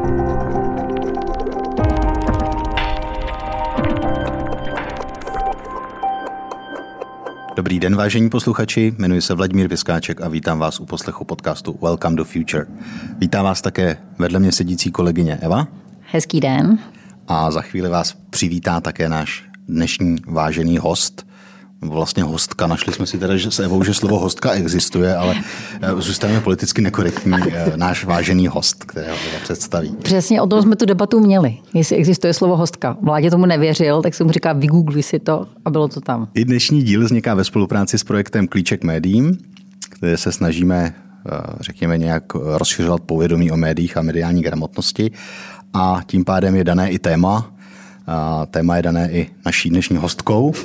Dobrý den, vážení posluchači, jmenuji se Vladimír Pěskáček a vítám vás u poslechu podcastu Welcome to Future. Vítám vás také vedle mě sedící kolegyně Eva. Hezký den. A za chvíli vás přivítá také náš dnešní vážený host, vlastně hostka. Našli jsme si teda s Evou, že slovo hostka existuje, ale zůstaneme politicky nekorektní. Náš vážený host, kterého Eva představí. Přesně o tom jsme tu debatu měli, jestli existuje slovo hostka. Vládě tomu nevěřil, tak jsem mu říkal, vygoogli si to a bylo to tam. I dnešní díl vzniká ve spolupráci s projektem Klíček médiím, kde se snažíme, řekněme, nějak rozšiřovat povědomí o médiích a mediální gramotnosti. A tím pádem je dané i téma. A téma je dané i naší dnešní hostkou.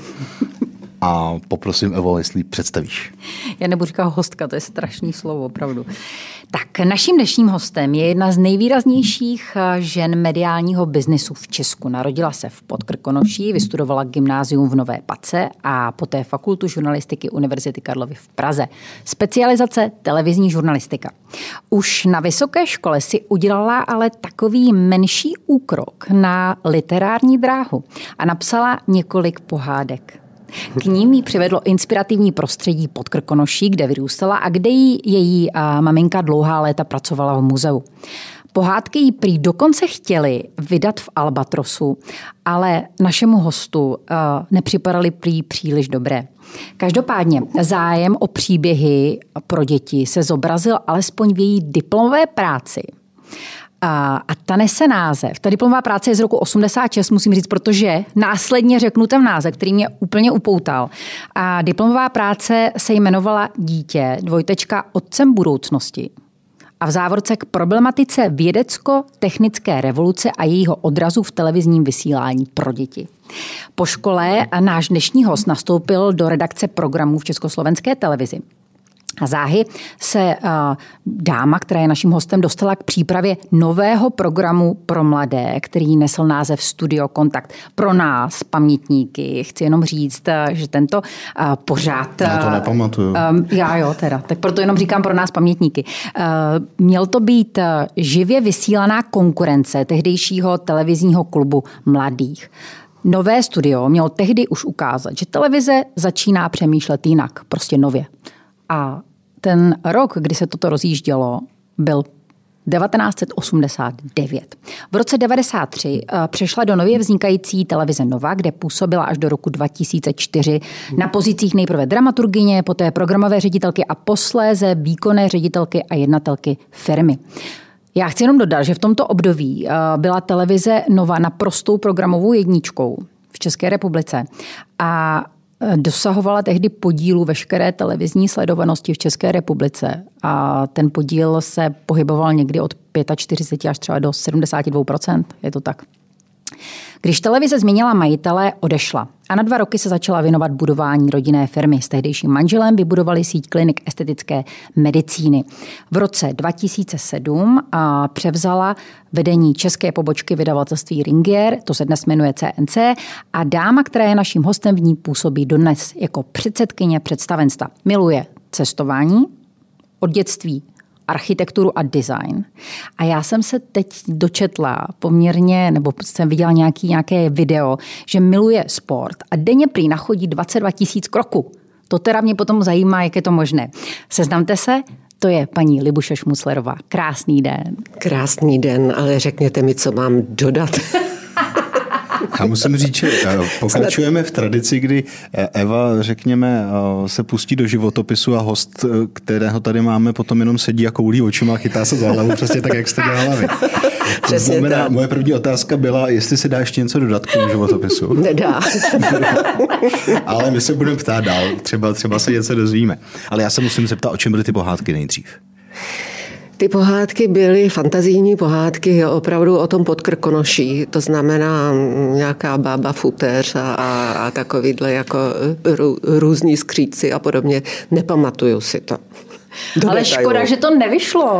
A poprosím, Evo, jestli představíš. Já nebudu říkat hostka, to je strašný slovo, opravdu. Tak naším dnešním hostem je jedna z nejvýraznějších žen mediálního biznesu v Česku. Narodila se v Podkrkonoší, vystudovala gymnázium v Nové Pace a poté fakultu žurnalistiky Univerzity Karlovy v Praze. Specializace televizní žurnalistika. Už na vysoké škole si udělala ale takový menší úkrok na literární dráhu a napsala několik pohádek. K ním jí přivedlo inspirativní prostředí Podkrkonoší, kde vyrůstala a kde její maminka dlouhá léta pracovala v muzeu. Pohádky jí prý dokonce chtěli vydat v Albatrosu, ale našemu hostu nepřipadaly prý příliš dobré. Každopádně zájem o příběhy pro děti se zobrazil alespoň v její diplomové práci. A ta nese název. Ta diplomová práce je z roku 86, musím říct, protože následně řeknu ten název, který mě úplně upoutal. A diplomová práce se jmenovala Dítě, otcem budoucnosti. A v závorce k problematice vědecko-technické revoluce a jejího odrazu v televizním vysílání pro děti. Po škole náš dnešní host nastoupil do redakce programů v Československé televizi. A záhy se dáma, která je naším hostem, dostala k přípravě nového programu pro mladé, který nesl název Studio Kontakt. Pro nás, pamětníky, chci jenom říct, že tento pořád... Já to nepamatuju. Tak proto jenom říkám pro nás pamětníky. Měl to být živě vysílaná konkurence tehdejšího televizního klubu mladých. Nové studio mělo tehdy už ukázat, že televize začíná přemýšlet jinak, prostě nově. A ten rok, kdy se toto rozjíždělo, byl 1989. V roce 1993 přešla do nově vznikající televize Nova, kde působila až do roku 2004 na pozicích nejprve dramaturgyně, poté programové ředitelky a posléze výkonné ředitelky a jednatelky firmy. Já chci jenom dodat, že v tomto období byla televize Nova naprostou programovou jedničkou v České republice a dosahovala tehdy podílu veškeré televizní sledovanosti v České republice a ten podíl se pohyboval někdy od 45 až třeba do 72%. Je to tak. Když televize změnila majitele, odešla a na 2 roky se začala věnovat budování rodinné firmy. S tehdejším manželem vybudovali síť klinik estetické medicíny. V roce 2007 převzala vedení české pobočky vydavatelství Ringier, to se dnes jmenuje CNC, a dáma, která je naším hostem, v ní působí dodnes jako předsedkyně představenstva. Miluje cestování, od dětství architekturu a design. A já jsem se teď dočetla poměrně, nebo jsem viděla nějaké video, že miluje sport a denně prý nachodí 22 000 kroků. To teda mě potom zajímá, jak je to možné. Seznamte se, to je paní Libuše Šmuclerová. Krásný den. Krásný den, ale řekněte mi, co mám dodat. Já musím říct, že pokračujeme v tradici, kdy Eva, řekněme, se pustí do životopisu a host, kterého tady máme, potom jenom sedí a koulí očima a chytá se za hlavu, přesně tak, jak jste dělala vy. To znamená, moje první otázka byla, jestli se dá ještě něco dodat k tomu životopisu. Nedá. Ale my se budeme ptát dál, třeba se něco dozvíme. Ale já se musím zeptat, o čem byly ty pohádky nejdřív? Ty pohádky byly fantazijní pohádky opravdu o tom Podkrkonoší, to znamená nějaká bába futéř a takovýhle jako různí skříci a podobně. Nepamatuju si to. Ale škoda, že to nevyšlo.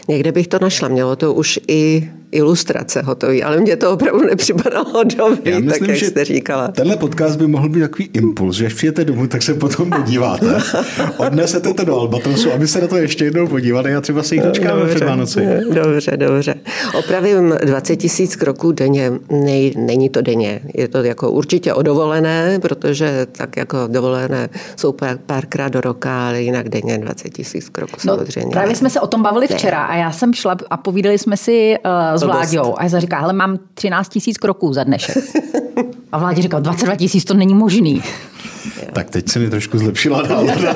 Někde bych to našla, mělo to už i ilustrace hotový, ale mně to opravdu nepřipadalo dobrý, tak jak jste říkala. Tenhle podcast by mohl být takový impuls, že až přijete domů, tak se potom podíváte. Odnesete to do Albatrosu, aby se na to ještě jednou podívali a třeba se jich dočkáme před Vánoci. Dobře. Opravím 20 000 kroků denně, není to denně. Je to jako určitě o dovolené, protože tak jako dovolené jsou párkrát do roka, ale jinak denně 20 000 kroků samozřejmě. Právě jsme se o tom bavili včera a já jsem šla a povídali jsme si s Vláďou a já říká, hele, mám 13 000 kroků za dnešek. A Vládě říkal, 22 000, to není možný. Tak teď se mi trošku zlepšila nálada.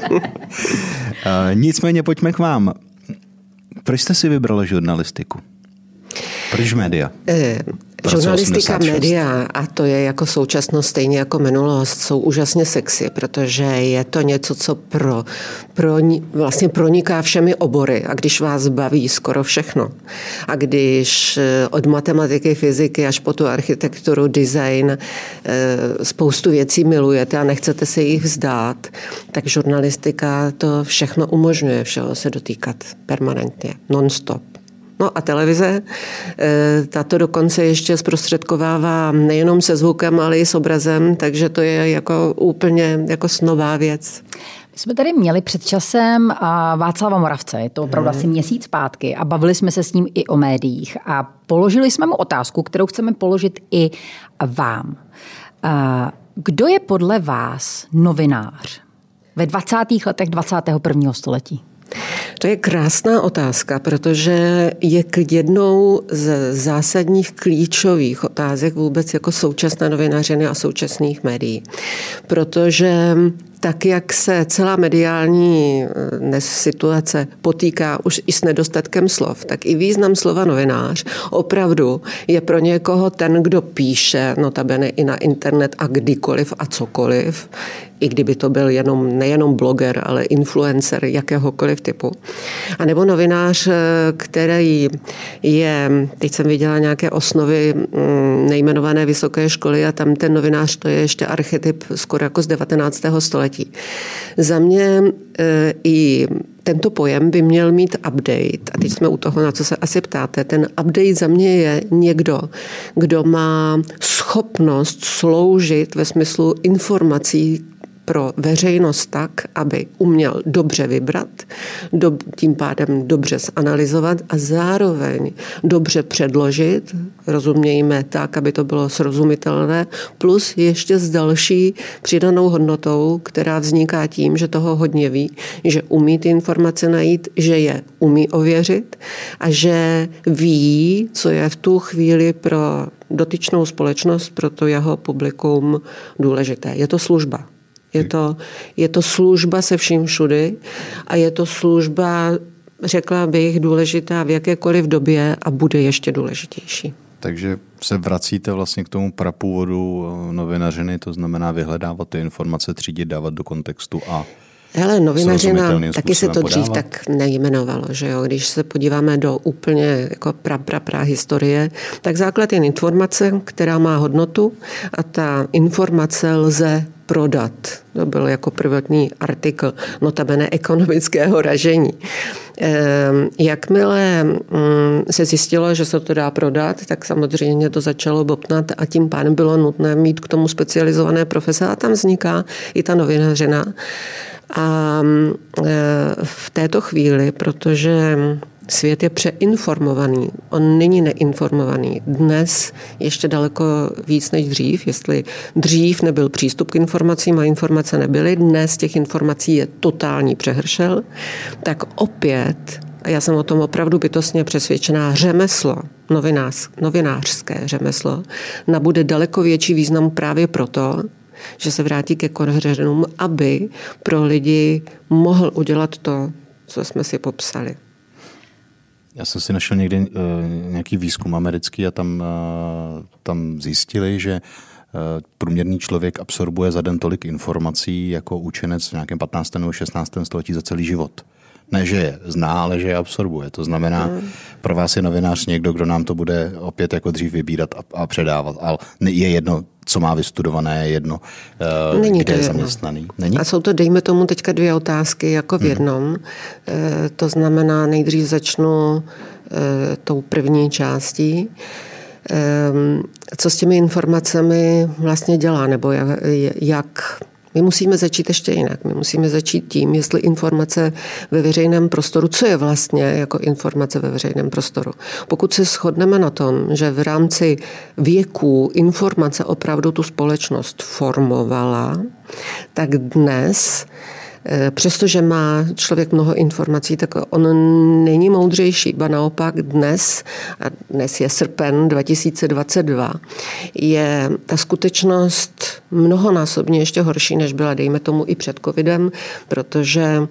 Nicméně pojďme k vám. Proč jste si vybrala žurnalistiku? Proč média? Žurnalistika, média, a to je jako současnost stejně jako minulost, jsou úžasně sexy, protože je to něco, co vlastně proniká všemi obory a když vás baví skoro všechno. A když od matematiky, fyziky až po tu architekturu, design spoustu věcí milujete a nechcete se jich vzdát, tak žurnalistika to všechno umožňuje, všeho se dotýkat permanentně, non-stop. No a televize, tato dokonce ještě zprostředkovává nejenom se zvukem, ale i s obrazem, takže to je jako úplně jako nová věc. My jsme tady měli před časem Václava Moravce, je to opravdu asi měsíc zpátky a bavili jsme se s ním i o médiích a položili jsme mu otázku, kterou chceme položit i vám. Kdo je podle vás novinář ve 20. letech 21. století? To je krásná otázka, protože je jednou z zásadních klíčových otázek vůbec jako současné novinařiny a současných médií. Protože tak, jak se celá mediální situace potýká už i s nedostatkem slov, tak i význam slova novinář opravdu je pro někoho ten, kdo píše, notabene i na internet a kdykoliv a cokoliv, i kdyby to byl nejenom bloger, ale influencer jakéhokoliv typu. A nebo novinář, který je, teď jsem viděla nějaké osnovy nejmenované vysoké školy a tam ten novinář to je ještě archetyp skoro jako z 19. století. Za mě i tento pojem by měl mít update. A teď jsme u toho, na co se asi ptáte. Ten update za mě je někdo, kdo má schopnost sloužit ve smyslu informací pro veřejnost tak, aby uměl dobře vybrat, tím pádem dobře zanalyzovat a zároveň dobře předložit, rozumějme tak, aby to bylo srozumitelné, plus ještě s další přidanou hodnotou, která vzniká tím, že toho hodně ví, že umí ty informace najít, že je umí ověřit a že ví, co je v tu chvíli pro dotyčnou společnost, pro to jeho publikum důležité. Je to služba. Je to služba se vším všudy a je to služba, řekla bych, důležitá v jakékoliv době a bude ještě důležitější. Takže se vracíte vlastně k tomu prapůvodu novinařiny, to znamená vyhledávat ty informace, třídit, dávat do kontextu a hele, novinařina, taky se to dřív tak nejmenovalo, že jo? Když se podíváme do úplně jako pra historie, tak základ je informace, která má hodnotu a ta informace lze prodat. To byl jako prvotní artikl, notabene ekonomického ražení. Jakmile se zjistilo, že se to dá prodat, tak samozřejmě to začalo bobtnat a tím pádem bylo nutné mít k tomu specializované profese a tam vzniká i ta novinařina. A v této chvíli, protože svět je přeinformovaný, on není neinformovaný. Dnes ještě daleko víc než dřív, jestli dřív nebyl přístup k informacím a informace nebyly, dnes těch informací je totální přehršel, tak opět, a já jsem o tom opravdu bytostně přesvědčená, řemeslo, novinářské řemeslo, nabude daleko větší význam právě proto, že se vrátí ke kořenům, aby pro lidi mohl udělat to, co jsme si popsali. Já jsem si našel někdy nějaký výzkum americký a tam zjistili, že průměrný člověk absorbuje za den tolik informací jako učenec v nějakém 15. nebo 16. století za celý život. Ne, že je zná, ale že je absorbuje. To znamená, pro vás je novinář někdo, kdo nám to bude opět jako dřív vybírat a předávat. Ale je jedno, co má vystudované, jedno, kde je zaměstnaný. Není? A jsou to, dejme tomu, teďka 2 otázky jako v jednom. To znamená, nejdřív začnu tou první částí. Co s těmi informacemi vlastně dělá, nebo jak. My musíme začít ještě jinak. My musíme začít tím, jestli informace ve veřejném prostoru, co je vlastně jako informace ve veřejném prostoru. Pokud se shodneme na tom, že v rámci věků informace opravdu tu společnost formovala, tak dnes, přestože má člověk mnoho informací, tak on není moudřejší. Ba naopak dnes, a dnes je srpen 2022, je ta skutečnost mnohonásobně ještě horší, než byla, dejme tomu, i před covidem, protože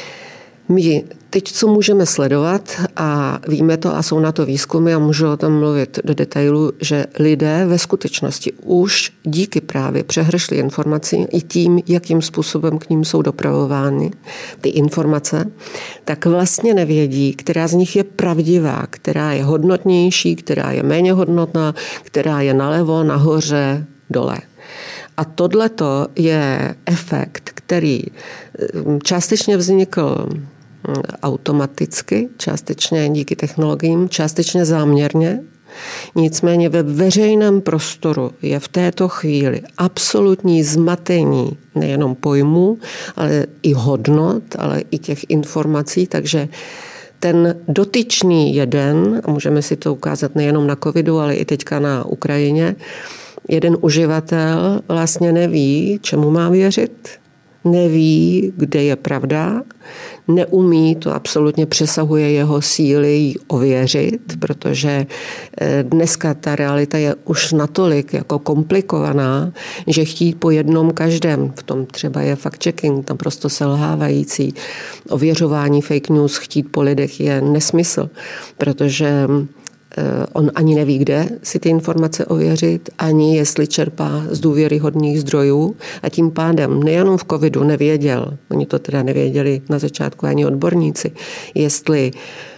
my teď, co můžeme sledovat, a víme to a jsou na to výzkumy a můžu o tom mluvit do detailu, že lidé ve skutečnosti už díky právě přehršli informací i tím, jakým způsobem k ním jsou dopravovány ty informace, tak vlastně nevědí, která z nich je pravdivá, která je hodnotnější, která je méně hodnotná, která je nalevo, nahoře, dole. A tohleto je efekt, který částečně vznikl automaticky, částečně díky technologiím, částečně záměrně. Nicméně ve veřejném prostoru je v této chvíli absolutní zmatení nejenom pojmů, ale i hodnot, ale i těch informací, takže ten dotyčný jeden, a můžeme si to ukázat nejenom na covidu, ale i teďka na Ukrajině, jeden uživatel vlastně neví, čemu má věřit, neví, kde je pravda, neumí, to absolutně přesahuje jeho síly ji ověřit, protože dneska ta realita je už natolik jako komplikovaná, že chtít po jednom každém, v tom třeba je fact-checking, tam prostě selhávající, ověřování fake news, chtít po lidech je nesmysl, protože on ani neví, kde si ty informace ověřit, ani jestli čerpá z důvěryhodných zdrojů a tím pádem nejenom v covidu nevěděl, oni to teda nevěděli na začátku ani odborníci, jestli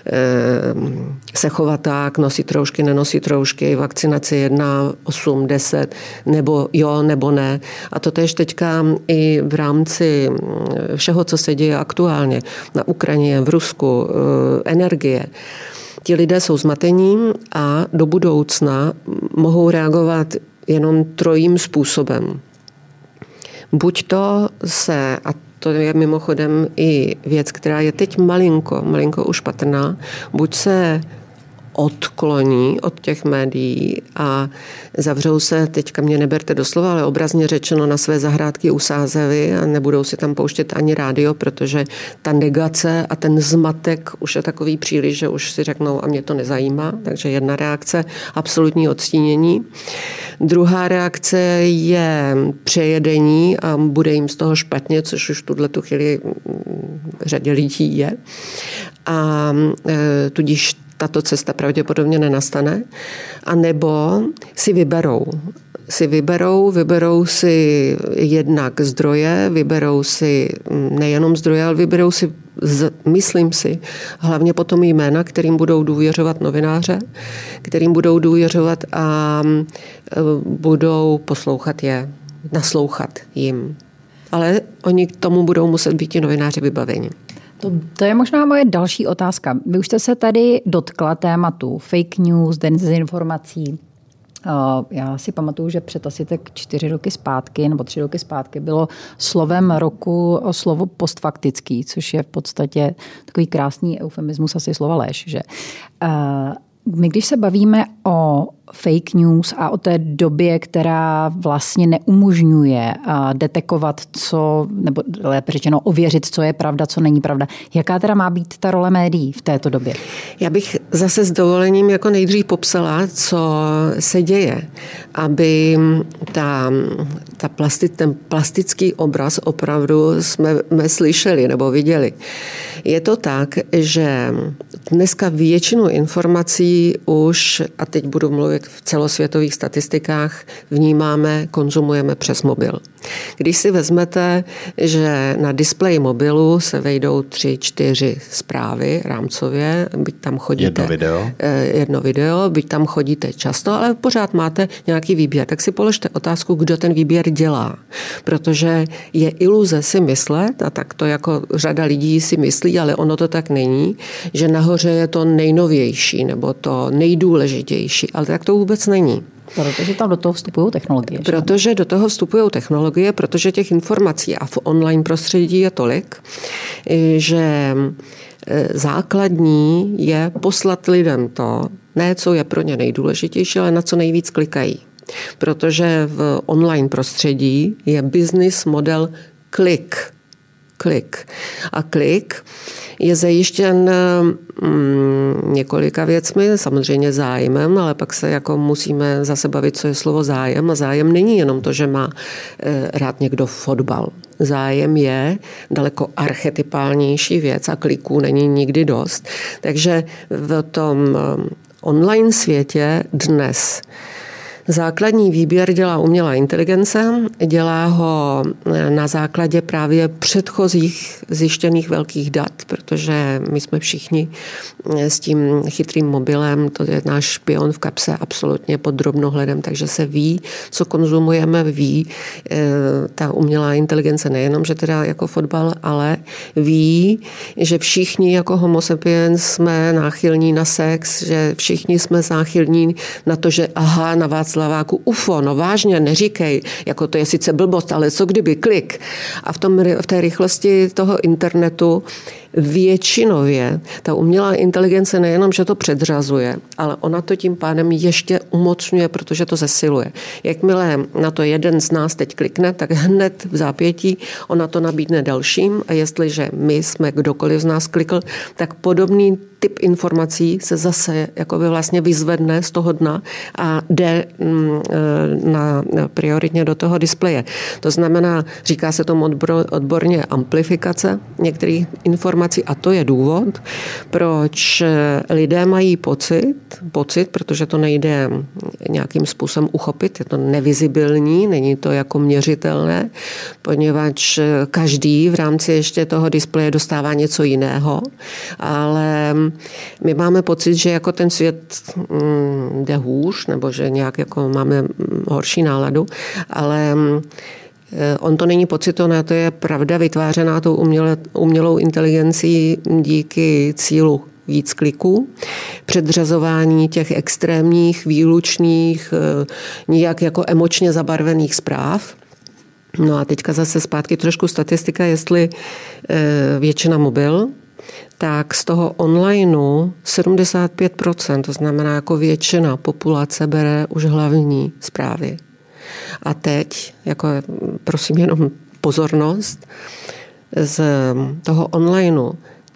se chovat tak, nosit roušky, nenosit roušky, vakcinace 1, 8, 10, nebo jo, nebo ne. A to tež teďka i v rámci všeho, co se děje aktuálně na Ukrajině, v Rusku, energie. Ti lidé jsou zmatení a do budoucna mohou reagovat jenom 3 způsobem. Buď to se, a to je mimochodem i věc, která je teď malinko už patrná, buď se odkloní od těch médií a zavřou se, teďka mě neberte doslova, ale obrazně řečeno na své zahrádky u Sázavy a nebudou si tam pouštět ani rádio, protože ta negace a ten zmatek už je takový příliš, že už si řeknou a mě to nezajímá, takže jedna reakce, absolutní odstínění. Druhá reakce je přejedení a bude jim z toho špatně, což už v tuhletu chvíli řadě lidí je. A tudíž tato cesta pravděpodobně nenastane. A nebo si vyberou si jednak zdroje, vyberou si nejenom zdroje, ale vyberou si, myslím si, hlavně potom jména, kterým budou důvěřovat novináře, kterým budou důvěřovat a budou poslouchat je, naslouchat jim. Ale oni k tomu budou muset být ti novináři vybaveni. To je možná moje další otázka. Vy už jste se tady dotkla tématu fake news, dezinformací. Já si pamatuju, že před asi tak 4 roky zpátky nebo 3 roky zpátky bylo slovem roku slovo postfaktický, což je v podstatě takový krásný eufemismus asi slova lež. Že? My, když se bavíme o fake news a o té době, která vlastně neumožňuje detekovat, co, nebo lépe řečeno ověřit, co je pravda, co není pravda. Jaká teda má být ta role médií v této době? Já bych zase s dovolením jako nejdřív popsala, co se děje, aby ten plastický obraz opravdu jsme slyšeli nebo viděli. Je to tak, že dneska většinu informací už, a teď budu mluvit v celosvětových statistikách vnímáme, konzumujeme přes mobil. Když si vezmete, že na displeji mobilu se vejdou 3-4 zprávy rámcově, byť tam chodíte... Jedno video, byť tam chodíte často, ale pořád máte nějaký výběr. Tak si položte otázku, kdo ten výběr dělá. Protože je iluze si myslet, a tak to jako řada lidí si myslí, ale ono to tak není, že nahoře je to nejnovější nebo to nejdůležitější. Ale tak to vůbec není. Protože tam do toho vstupují technologie. Protože do toho vstupují technologie, protože těch informací a v online prostředí je tolik, že základní je poslat lidem to, ne co je pro ně nejdůležitější, ale na co nejvíc klikají. Protože v online prostředí je business model klik. A klik je zajištěn několika věcmi, samozřejmě zájmem, ale pak se jako musíme zase bavit, co je slovo zájem. A zájem není jenom to, že má rád někdo fotbal. Zájem je daleko archetypálnější věc a kliků není nikdy dost. Takže v tom online světě dnes základní výběr dělá umělá inteligence, dělá ho na základě právě předchozích zjištěných velkých dat, protože my jsme všichni s tím chytrým mobilem, to je náš špion v kapse absolutně pod drobnohledem, takže se ví, co konzumujeme, ví ta umělá inteligence nejenom, že teda jako fotbal, ale ví, že všichni jako homo sapiens jsme náchylní na sex, že všichni jsme náchylní na to, že aha, na Václaváku UFO, no vážně, neříkej, jako to je sice blbost, ale co kdyby klik. A v té rychlosti toho internetu většinově ta umělá inteligence nejenom, že to předřazuje, ale ona to tím pádem ještě umocňuje, protože to zesiluje. Jakmile na to jeden z nás teď klikne, tak hned v zápětí ona to nabídne dalším a jestliže my jsme kdokoliv z nás klikl, tak podobný typ informací se zase jakoby vlastně vyzvedne z toho dna a jde prioritně do toho displeje. To znamená, říká se tomu odborně amplifikace některých informací a to je důvod, proč lidé mají pocit, protože to nejde nějakým způsobem uchopit, je to nevizibilní, není to jako měřitelné, poněvadž každý v rámci ještě toho displeje dostává něco jiného, ale my máme pocit, že jako ten svět jde hůř, nebo že nějak jako máme horší náladu, ale on to není pocit, to je pravda vytvářená tou umělou inteligencí díky cílu víc kliků, předřazování těch extrémních, výlučných, nijak jako emočně zabarvených zpráv. No a teďka zase zpátky trošku statistika, jestli většina mobil, tak z toho onlineu 75%, to znamená jako většina populace bere už hlavní zprávy. A teď, jako prosím jenom pozornost, z toho onlineu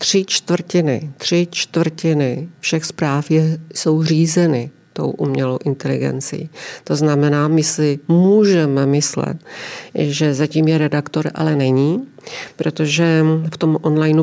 3/4 všech zpráv jsou řízeny tou umělou inteligencí. To znamená, my si můžeme myslet, že zatím je redaktor, ale není, protože v tom onlineu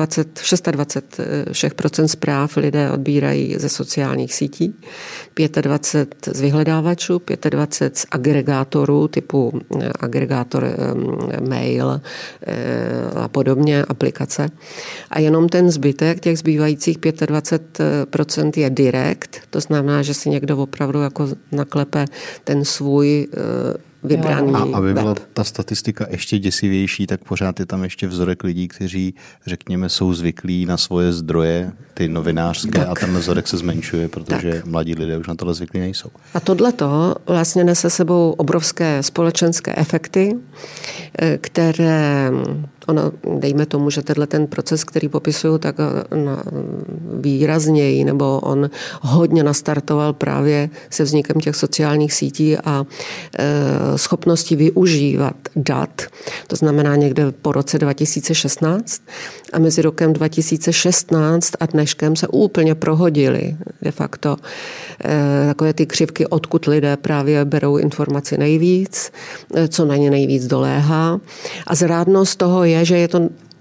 26% zpráv lidé odbírají ze sociálních sítí, 25% z vyhledávačů, 25% z agregátorů typu agregátor mail a podobně, aplikace. A jenom ten zbytek, těch zbývajících 25% je direkt, to znamená, že si někdo opravdu jako naklepe ten svůj vybraný A aby byla web. ta statistika ještě děsivější, tak pořád je tam ještě vzorek lidí, kteří, řekněme, jsou zvyklí na svoje zdroje, ty novinářské, tak. A ten vzorek se zmenšuje, protože mladí lidé už na tohle zvyklí nejsou. A tohleto vlastně nese sebou obrovské společenské efekty, které dejme tomu, že ten proces, který popisuju, tak výrazněji, nebo on hodně nastartoval právě se vznikem těch sociálních sítí a schopnosti využívat dat. To znamená někde po roce 2016 a mezi rokem 2016 a dneškem se úplně prohodily de facto takové ty křivky, odkud lidé právě berou informaci nejvíc, co na ně nejvíc doléhá. A zrádnost toho je, že je to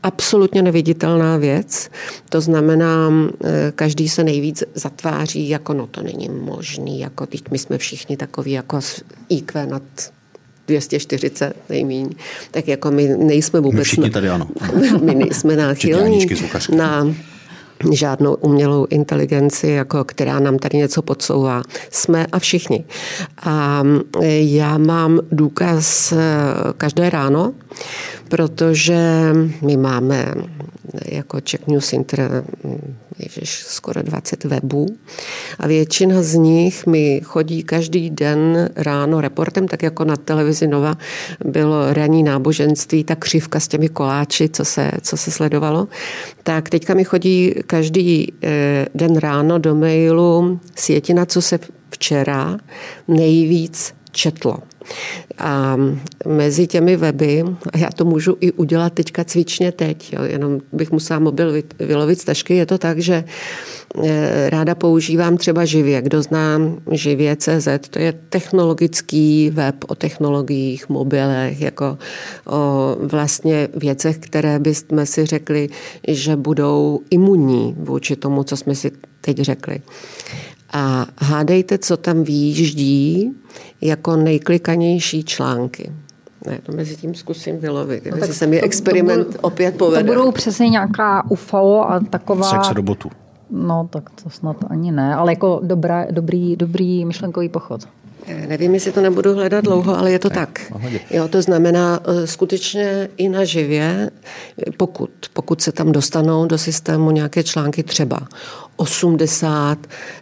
absolutně neviditelná věc. To znamená, každý se nejvíc zatváří, jako no to není možný, jako teď my jsme všichni takový jako IQ nad 240 nejmíň, tak jako my nejsme vůbec... My všichni tady ano. My nejsme náchylní na žádnou umělou inteligenci, jako která nám tady něco podsouvá. Jsme a všichni. A já mám důkaz každé ráno, protože my máme jako Czech News Inter skoro 20 webů a většina z nich mi chodí každý den ráno reportem, tak jako na televizi Nova bylo ranní náboženství, ta křivka s těmi koláči, co se sledovalo. Tak teďka mi chodí každý den ráno do mailu sjetina, co se včera nejvíc četlo. A mezi těmi weby, a já to můžu i udělat teďka cvičně teď, jo, jenom bych musela mobil vylovit z tašky, je to tak, že ráda používám třeba Živě. Kdo zná Živě.cz, to je technologický web o technologiích, mobilech, jako o vlastně věcech, které bychom si řekli, že budou imunní vůči tomu, co jsme si teď řekli. A hádejte, co tam výjíždí jako nejklikanější články. Ne, to mezi tím zkusím vylovit. No, jestli se mi experiment opět povede. To budou přesně nějaká UFO a taková... Sex robotu. No, tak to snad ani ne, ale jako dobrý myšlenkový pochod. Nevím, jestli to nebudu hledat dlouho, ale je to tak. Jo, to znamená skutečně i na živě, pokud se tam dostanou do systému nějaké články, třeba 80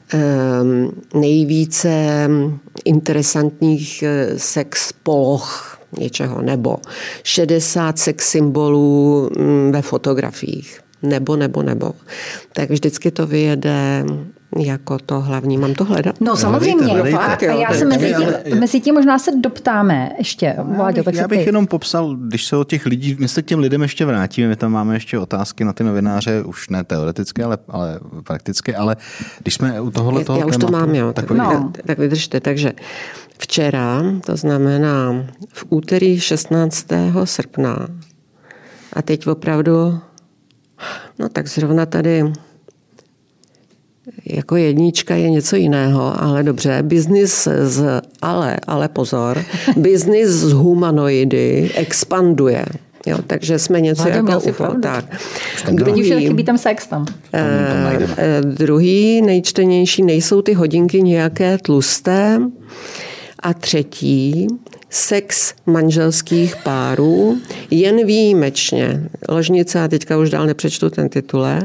nejvíce interesantních sex poloh něčeho, nebo 60 sex symbolů ve fotografiích, nebo. Tak vždycky to vyjede jako to hlavní. Mám to hledat? No samozřejmě. Hledejte. A já se mezi tím možná se doptáme ještě. Vláďo, Já bych jenom popsal, když se od těch lidí, my se k těm lidem ještě vrátíme, my tam máme ještě otázky na ty novináře, už ne teoretické, ale prakticky, ale když jsme u tohohle toho tématu... Já už to mám, jo. Tak vydržte. Takže včera, to znamená v úterý 16. srpna a teď opravdu, no tak zrovna tady jako jednička je něco jiného, ale dobře, ale pozor, biznis z humanoidy expanduje. Jo, takže jsme něco jako UFO. Tak. Chybí tam sex tam. Druhý nejčtenější nejsou ty hodinky nějaké tlusté. A třetí, sex manželských párů, jen výjimečně. Ložnice, a teďka už dál nepřečtu ten titulek.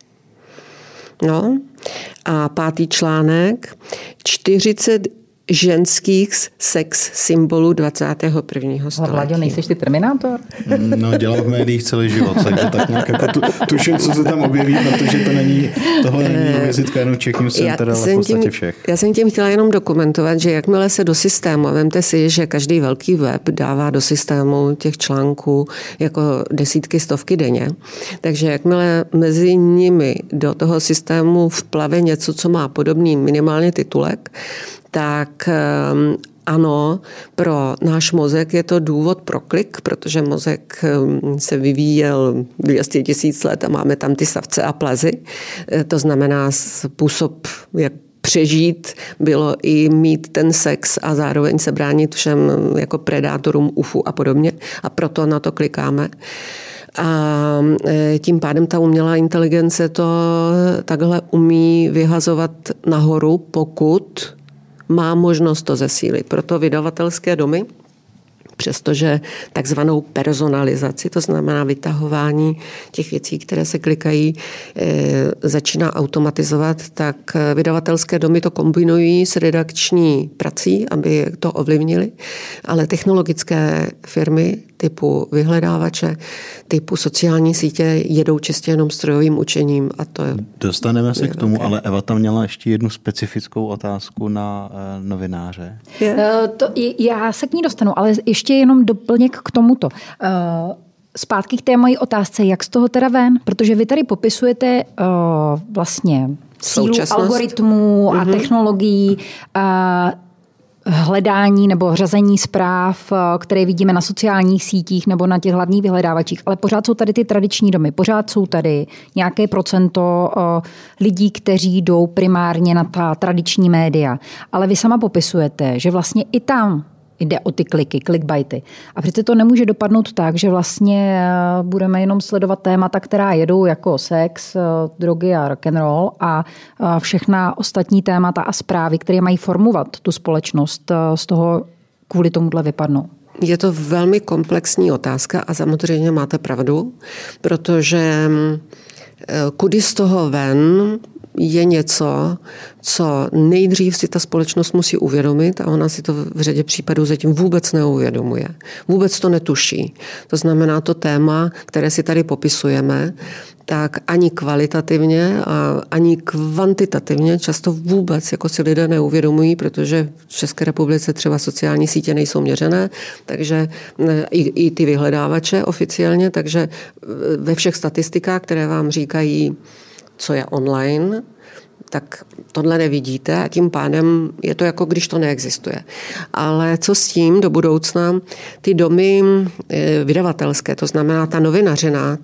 No. A pátý článek, 40 ženských sex symbolů 21. století. Vláďo, nejseš ty Terminátor? No, dělám v médiích celý život, takže tak nějak jako tuším, co se tam objeví, protože tohle není vizitka jenom Czech News Center, ale v podstatě všech. Já jsem tím chtěla jenom dokumentovat, že jakmile se do systému, vemte si, že každý velký web dává do systému těch článků jako desítky, stovky denně, takže jakmile mezi nimi do toho systému vplave něco, co má podobný minimálně titulek, tak ano, pro náš mozek je to důvod pro klik, protože mozek se vyvíjel 200 000 let a máme tam ty savce a plazy. To znamená způsob, jak přežít, bylo i mít ten sex a zároveň se bránit všem jako predátorům, UFU a podobně. A proto na to klikáme. A tím pádem ta umělá inteligence to takhle umí vyhazovat nahoru, pokud má možnost to zesílit. Proto vydavatelské domy, přestože takzvanou personalizaci, to znamená vytahování těch věcí, které se klikají, začíná automatizovat, tak vydavatelské domy to kombinují s redakční prací, aby to ovlivnili, ale technologické firmy typu vyhledávače, typu sociální sítě jedou čistě jenom strojovým učením a to je... Dostaneme se k tomu, ale Eva tam měla ještě jednu specifickou otázku na novináře. Já se k ní dostanu, ale ještě jenom doplněk k tomuto. Zpátky k té mojí otázce, jak z toho teda ven? Protože vy tady popisujete vlastně sílu algoritmů a technologií. hledání nebo řazení zpráv, které vidíme na sociálních sítích nebo na těch hlavních vyhledávačích, ale pořád jsou tady ty tradiční domy, pořád jsou tady nějaké procento lidí, kteří jdou primárně na ta tradiční média. Ale vy sama popisujete, že vlastně i tam jde o ty kliky, clickbaity. A přece to nemůže dopadnout tak, že vlastně budeme jenom sledovat témata, která jedou jako sex, drogy a rock'n'roll a všechna ostatní témata a zprávy, které mají formovat tu společnost, z toho kvůli tomuhle vypadnou. Je to velmi komplexní otázka a samozřejmě máte pravdu, protože kudy z toho ven je něco, co nejdřív si ta společnost musí uvědomit a ona si to v řadě případů zatím vůbec neuvědomuje. Vůbec to netuší. To znamená to téma, které si tady popisujeme, tak ani kvalitativně a ani kvantitativně často vůbec jako si lidé neuvědomují, protože v České republice třeba sociální sítě nejsou měřené, takže i ty vyhledávače oficiálně, takže ve všech statistikách, které vám říkají, co je online, tak tohle nevidíte a tím pádem je to jako když to neexistuje. Ale co s tím do budoucna? Ty domy vydavatelské, to znamená ta novinařina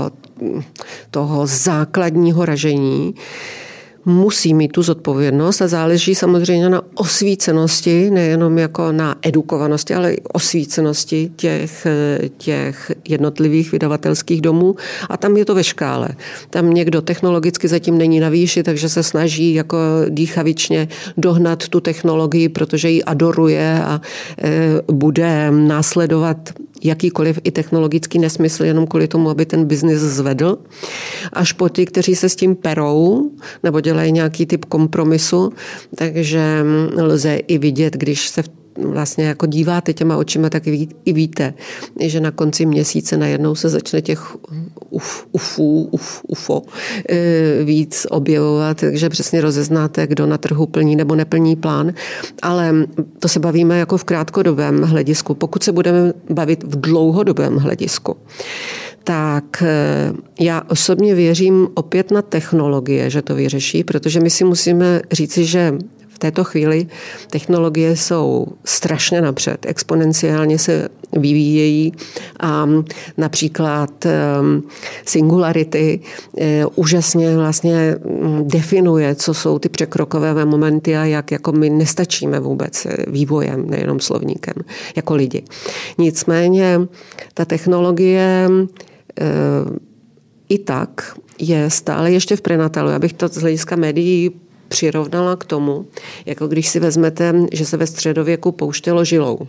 toho základního ražení, musí mít tu zodpovědnost a záleží samozřejmě na osvícenosti, nejenom jako na edukovanosti, ale i osvícenosti těch jednotlivých vydavatelských domů. A tam je to ve škále. Tam někdo technologicky zatím není na výši, takže se snaží jako dýchavičně dohnat tu technologii, protože ji adoruje a bude následovat jakýkoliv i technologický nesmysl jenom kvůli tomu, aby ten biznis zvedl, až po ty, kteří se s tím perou nebo dělají nějaký typ kompromisu, takže lze i vidět, když se vlastně jako díváte těma očima, tak i víte, že na konci měsíce najednou se začne těch UFO víc objevovat, takže přesně rozeznáte, kdo na trhu plní nebo neplní plán. Ale to se bavíme jako v krátkodobém hledisku. Pokud se budeme bavit v dlouhodobém hledisku, tak já osobně věřím opět na technologie, že to vyřeší, protože my si musíme říci, že v této chvíli technologie jsou strašně napřed, exponenciálně se vyvíjejí a například Singularity úžasně vlastně definuje, co jsou ty překrokové momenty a jak jako my nestačíme vůbec vývojem, nejenom slovníkem, jako lidi. Nicméně ta technologie i tak je stále ještě v prenatálu. Já bych to z hlediska médií přirovnala k tomu, jako když si vezmete, že se ve středověku pouštělo žilou.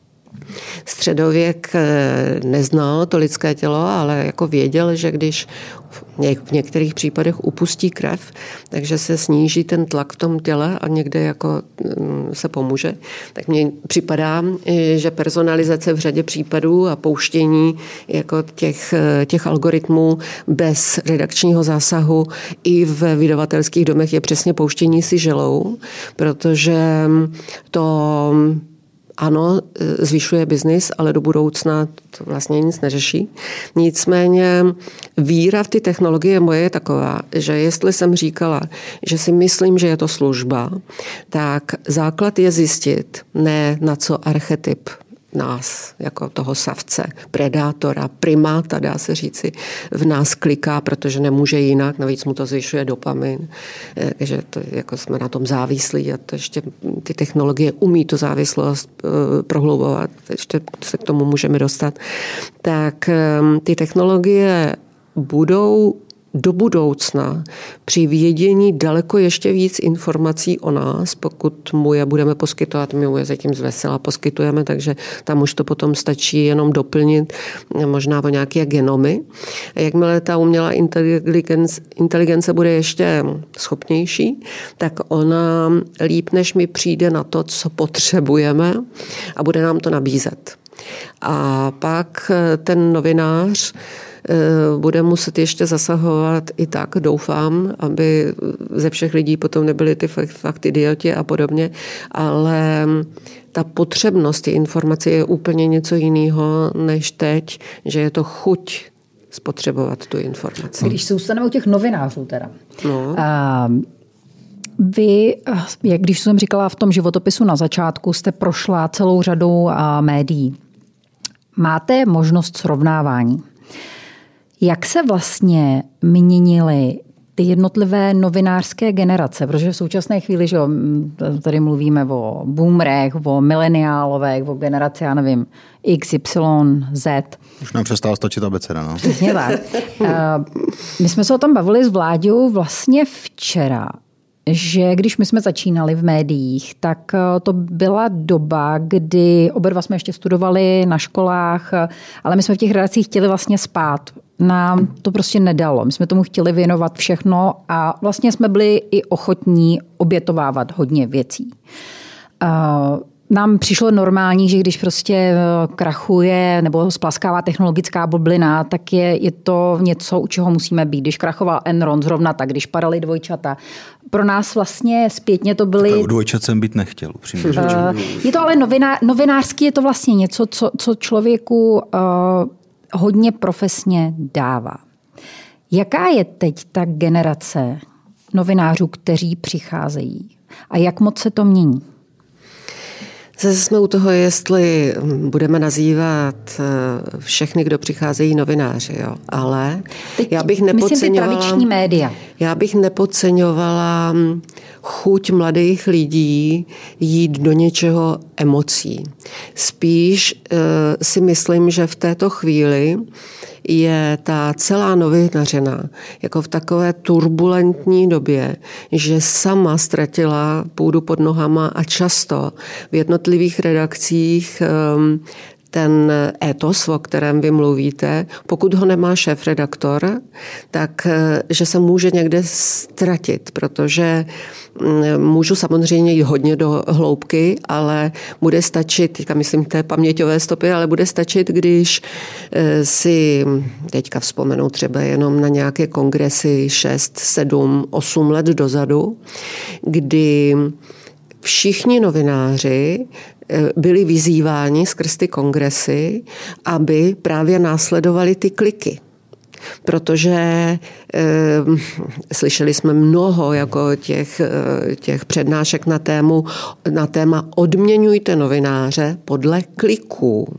Středověk neznal to lidské tělo, ale jako věděl, že když v některých případech upustí krev, takže se sníží ten tlak v tom těle a někde jako se pomůže. Tak mně připadá, že personalizace v řadě případů a pouštění jako těch algoritmů bez redakčního zásahu i v vydavatelských domech je přesně pouštění si žilou, protože to ano, zvyšuje biznis, ale do budoucna to vlastně nic neřeší. Nicméně víra v ty technologie moje je taková, že jestli jsem říkala, že si myslím, že je to služba, tak základ je zjistit, ne na co archetyp nás, jako toho savce, predátora, primáta, dá se říci, v nás kliká, protože nemůže jinak, navíc mu to zvyšuje dopamin, že to, jako jsme na tom závislí a to ještě ty technologie umí tu závislost prohlubovat, ještě se k tomu můžeme dostat, tak ty technologie budou do budoucna při vědění daleko ještě víc informací o nás, pokud mu je budeme poskytovat, my mu je zatím zvesela poskytujeme, takže tam už to potom stačí jenom doplnit možná o nějaké genomy. A jakmile ta umělá inteligence bude ještě schopnější, tak ona líp než mi přijde na to, co potřebujeme a bude nám to nabízet. A pak ten novinář bude muset ještě zasahovat i tak, doufám, aby ze všech lidí potom nebyli ty fakt idioti a podobně, ale ta potřebnost ty informace je úplně něco jiného než teď, že je to chuť spotřebovat tu informaci. Když se ustaneme u těch novinářů teda. No. Vy, jak když jsem říkala v tom životopisu na začátku, jste prošla celou řadu médií. Máte možnost srovnávání. Jak se vlastně měnily ty jednotlivé novinářské generace, protože v současné chvíli, že tady mluvíme o boomerech, o mileniálovech, o generaci, já nevím, X, Y, Z. Už nám přestala stačit abeceda, no. Přesně tak. My jsme se o tom bavili s Vláďou vlastně včera, že když my jsme začínali v médiích, tak to byla doba, kdy oba dva jsme ještě studovali na školách, ale my jsme v těch redakcích chtěli vlastně spát. Nám to prostě nedalo. My jsme tomu chtěli věnovat všechno a vlastně jsme byli i ochotní obětovávat hodně věcí. Nám přišlo normální, že když prostě krachuje nebo splaskává technologická bublina, tak je to něco, u čeho musíme být. Když krachoval Enron zrovna tak, když padaly dvojčata. Pro nás vlastně zpětně to byly... U dvojčat jsem být nechtěl. Je to ale novinářský, je to vlastně něco, co člověku hodně profesně dává. Jaká je teď ta generace novinářů, kteří přicházejí? A jak moc se to mění? Zase jsme u toho, jestli budeme nazývat všechny, kdo přicházejí, novináři, jo. Ale já bych nepodceňovala... Myslím ty tradiční média. Já bych nepodceňovala chuť mladých lidí jít do něčeho emocí. Spíš si myslím, že v této chvíli je ta celá novinařina jako v takové turbulentní době, že sama ztratila půdu pod nohama a často v jednotlivých redakcích ten étos, o kterém vy mluvíte, pokud ho nemá šéfredaktor, tak že se může někde ztratit, protože můžu samozřejmě jít hodně do hloubky, ale bude stačit, teďka myslím té paměťové stopy, ale bude stačit, když si teďka vzpomenu třeba jenom na nějaké kongresy 6, 7, 8 let dozadu, kdy všichni novináři byli vyzýváni skrz ty kongresy, aby právě následovali ty kliky. Protože slyšeli jsme mnoho jako těch přednášek na téma odměňujte novináře podle kliků.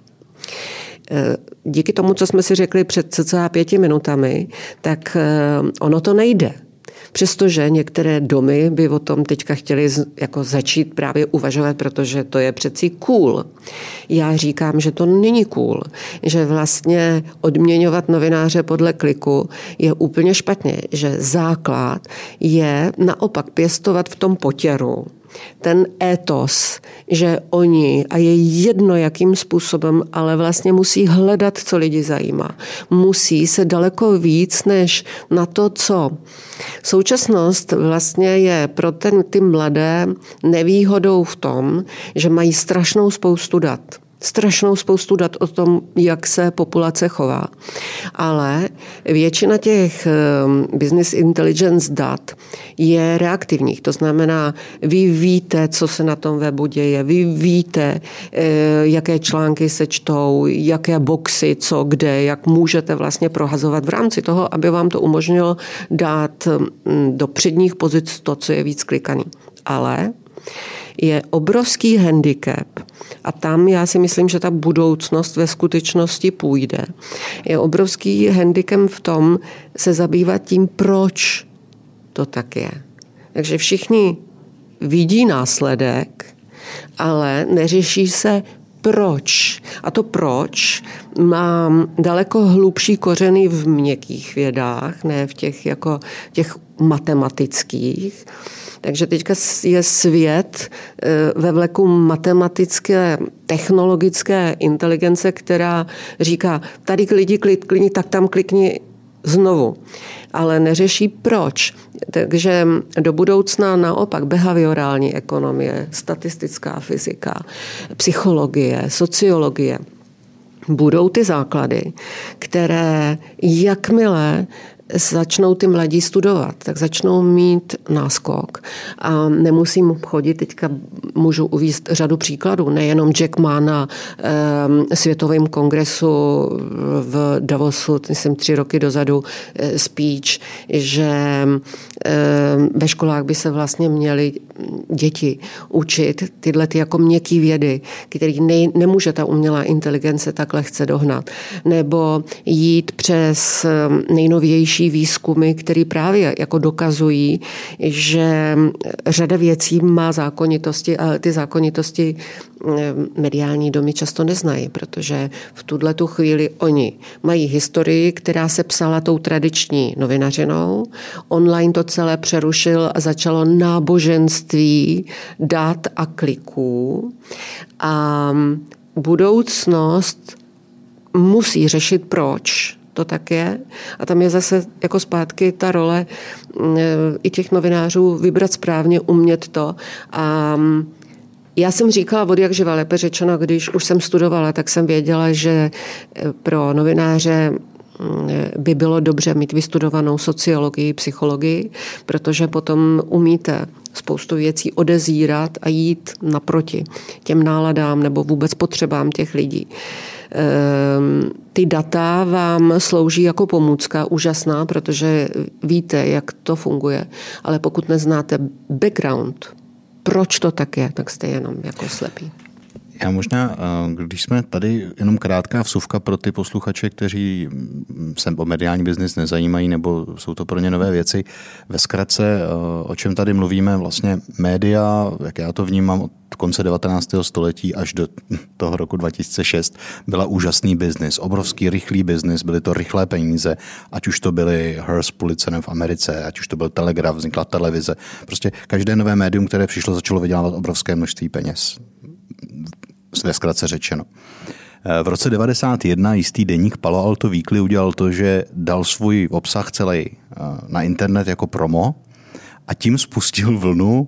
Díky tomu, co jsme si řekli před cca 5 minutami, tak ono to nejde. Přestože některé domy by o tom teďka chtěli jako začít právě uvažovat, protože to je přeci cool. Já říkám, že to není cool, že vlastně odměňovat novináře podle kliku je úplně špatně, že základ je naopak pěstovat v tom potěru ten étos, že oni, a je jedno jakým způsobem, ale vlastně musí hledat, co lidi zajímá. Musí se daleko víc než na to, co. Současnost vlastně je pro ty mladé nevýhodou v tom, že mají strašnou spoustu dat. Strašnou spoustu dat o tom, jak se populace chová. Ale většina těch business intelligence dat je reaktivních. To znamená, vy víte, co se na tom webu děje, vy víte, jaké články se čtou, jaké boxy, co, kde, jak můžete vlastně prohazovat v rámci toho, aby vám to umožnilo dát do předních pozic to, co je víc klikaný. Ale je obrovský handicap a tam já si myslím, že ta budoucnost ve skutečnosti půjde. Je obrovský handicap v tom se zabývat tím, proč to tak je. Takže všichni vidí následek, ale neřeší se proč. A to proč má daleko hlubší kořeny v měkkých vědách, ne v těch matematických. Takže teďka je svět ve vleku matematické, technologické inteligence, která říká, tady lidi klikni, tak tam klikni znovu. Ale neřeší proč. Takže do budoucna naopak behaviorální ekonomie, statistická fyzika, psychologie, sociologie budou ty základy, které jakmile začnou ty mladí studovat, tak začnou mít náskok a nemusím chodit, teďka můžu uvést řadu příkladů, nejenom Jack Ma na světovém kongresu v Davosu, myslím 3 roky dozadu, speech, že ve školách by se vlastně měly děti učit tyhle ty jako měkký vědy, který nemůže ta umělá inteligence tak lehce dohnat. Nebo jít přes nejnovější výzkumy, které právě jako dokazují, že řada věcí má zákonitosti, ale ty zákonitosti mediální domy často neznají, protože v tuhletu chvíli oni mají historii, která se psala tou tradiční novinařinou. Online to celé přerušil a začalo náboženství dat a kliků. A budoucnost musí řešit proč. To tak je. A tam je zase jako zpátky ta role i těch novinářů vybrat správně, umět to. A já jsem říkala od jak živa, lépe řečeno, když už jsem studovala, tak jsem věděla, že pro novináře by bylo dobře mít vystudovanou sociologii, psychologii, protože potom umíte spoustu věcí odezírat a jít naproti těm náladám nebo vůbec potřebám těch lidí. Ty data vám slouží jako pomůcka, úžasná, protože víte, jak to funguje, ale pokud neznáte background, proč to tak je, tak jste jenom jako slepí. Já možná, když jsme tady, jenom krátká vsuvka pro ty posluchače, kteří se o mediální biznis nezajímají, nebo jsou to pro ně nové věci. Ve zkratce, o čem tady mluvíme, vlastně média, jak já to vnímám od konce 19. století až do toho roku 2006, byla úžasný biznis, obrovský rychlý biznis, byly to rychlé peníze, ať už to byly Hearst Pulitzer v Americe, ať už to byl Telegraf, vznikla televize. Prostě každé nové médium, které přišlo, začalo vydělávat obrovské množství peněz. Ve zkratce řečeno. V roce 1991 jistý deník Palo Alto Weekly udělal to, že dal svůj obsah celý na internet jako promo a tím spustil vlnu,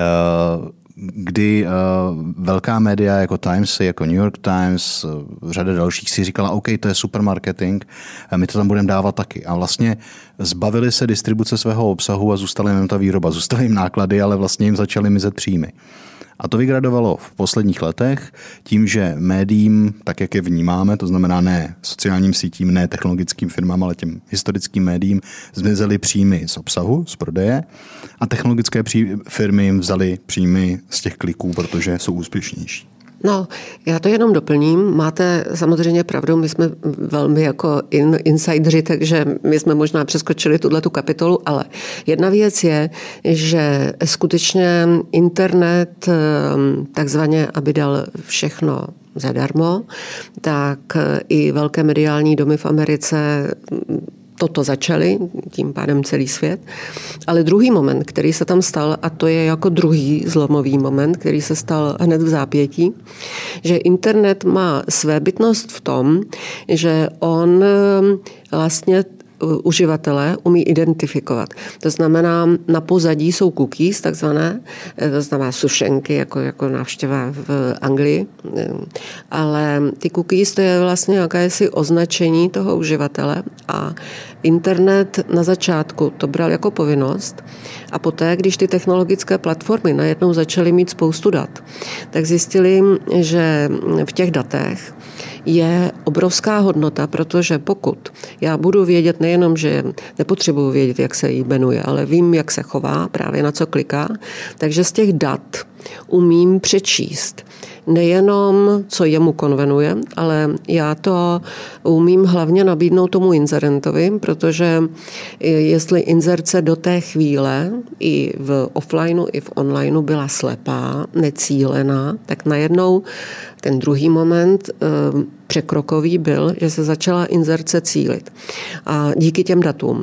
kdy velká média jako Times, jako New York Times, řada dalších si říkala, OK, to je super marketing, my to tam budeme dávat taky. A vlastně zbavili se distribuce svého obsahu a zůstala jim ta výroba. Zůstaly jim náklady, ale vlastně jim začaly mizet příjmy. A to vygradovalo v posledních letech tím, že médiím, tak jak je vnímáme, to znamená ne sociálním sítím, ne technologickým firmám, ale těm historickým médiím, zmizely příjmy z obsahu, z prodeje a technologické firmy jim vzaly příjmy z těch kliků, protože jsou úspěšnější. No, já to jenom doplním. Máte samozřejmě pravdu, my jsme velmi jako insideri, takže my jsme možná přeskočili tuhletu kapitolu, ale jedna věc je, že skutečně internet takzvaně, aby dal všechno zadarmo, tak i velké mediální domy v Americe toto začali, tím pádem celý svět. Ale druhý moment, který se tam stal, a to je jako druhý zlomový moment, který se stal hned v zápětí, že internet má svébytnost v tom, že on vlastně uživatelé umí identifikovat. To znamená, na pozadí jsou cookies, takzvané, to znamená sušenky, jako návštěva v Anglii, ale ty cookies to je vlastně jakési označení toho uživatele a internet na začátku to bral jako povinnost a poté, když ty technologické platformy najednou začaly mít spoustu dat, tak zjistili, že v těch datech je obrovská hodnota, protože pokud já budu vědět nejenom, že nepotřebuji vědět, jak se jí jmenuje, ale vím, jak se chová, právě na co kliká, takže z těch dat umím přečíst nejenom, co jemu konvenuje, ale já to umím hlavně nabídnout tomu inzerentovi, protože jestli inzerce do té chvíle i v offlineu, i v onlineu byla slepá, necílená, tak najednou ten druhý moment překrokový byl, že se začala inzerce cílit. A díky těm datům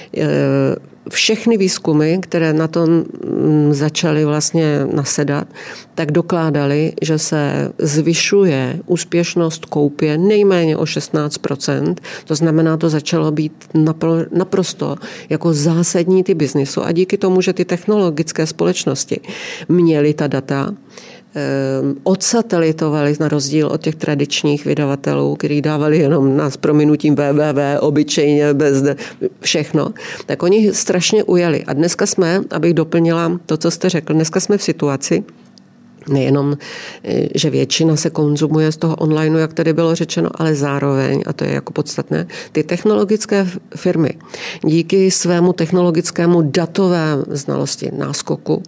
všechny výzkumy, které na to začaly vlastně nasedat, tak dokládaly, že se zvyšuje úspěšnost koupě nejméně o 16%. To znamená, to začalo být naprosto jako zásadní ty biznisu. A díky tomu, že ty technologické společnosti měly ta data, odsatelitovali na rozdíl od těch tradičních vydavatelů, kteří dávali jenom nás prominutím www, obyčejně, bez všechno, tak oni strašně ujeli. A dneska jsme, abych doplnila to, co jste řekl, dneska jsme v situaci, nejenom, že většina se konzumuje z toho onlineu, jak tady bylo řečeno, ale zároveň, a to je jako podstatné, ty technologické firmy díky svému technologickému datové znalosti, náskoku,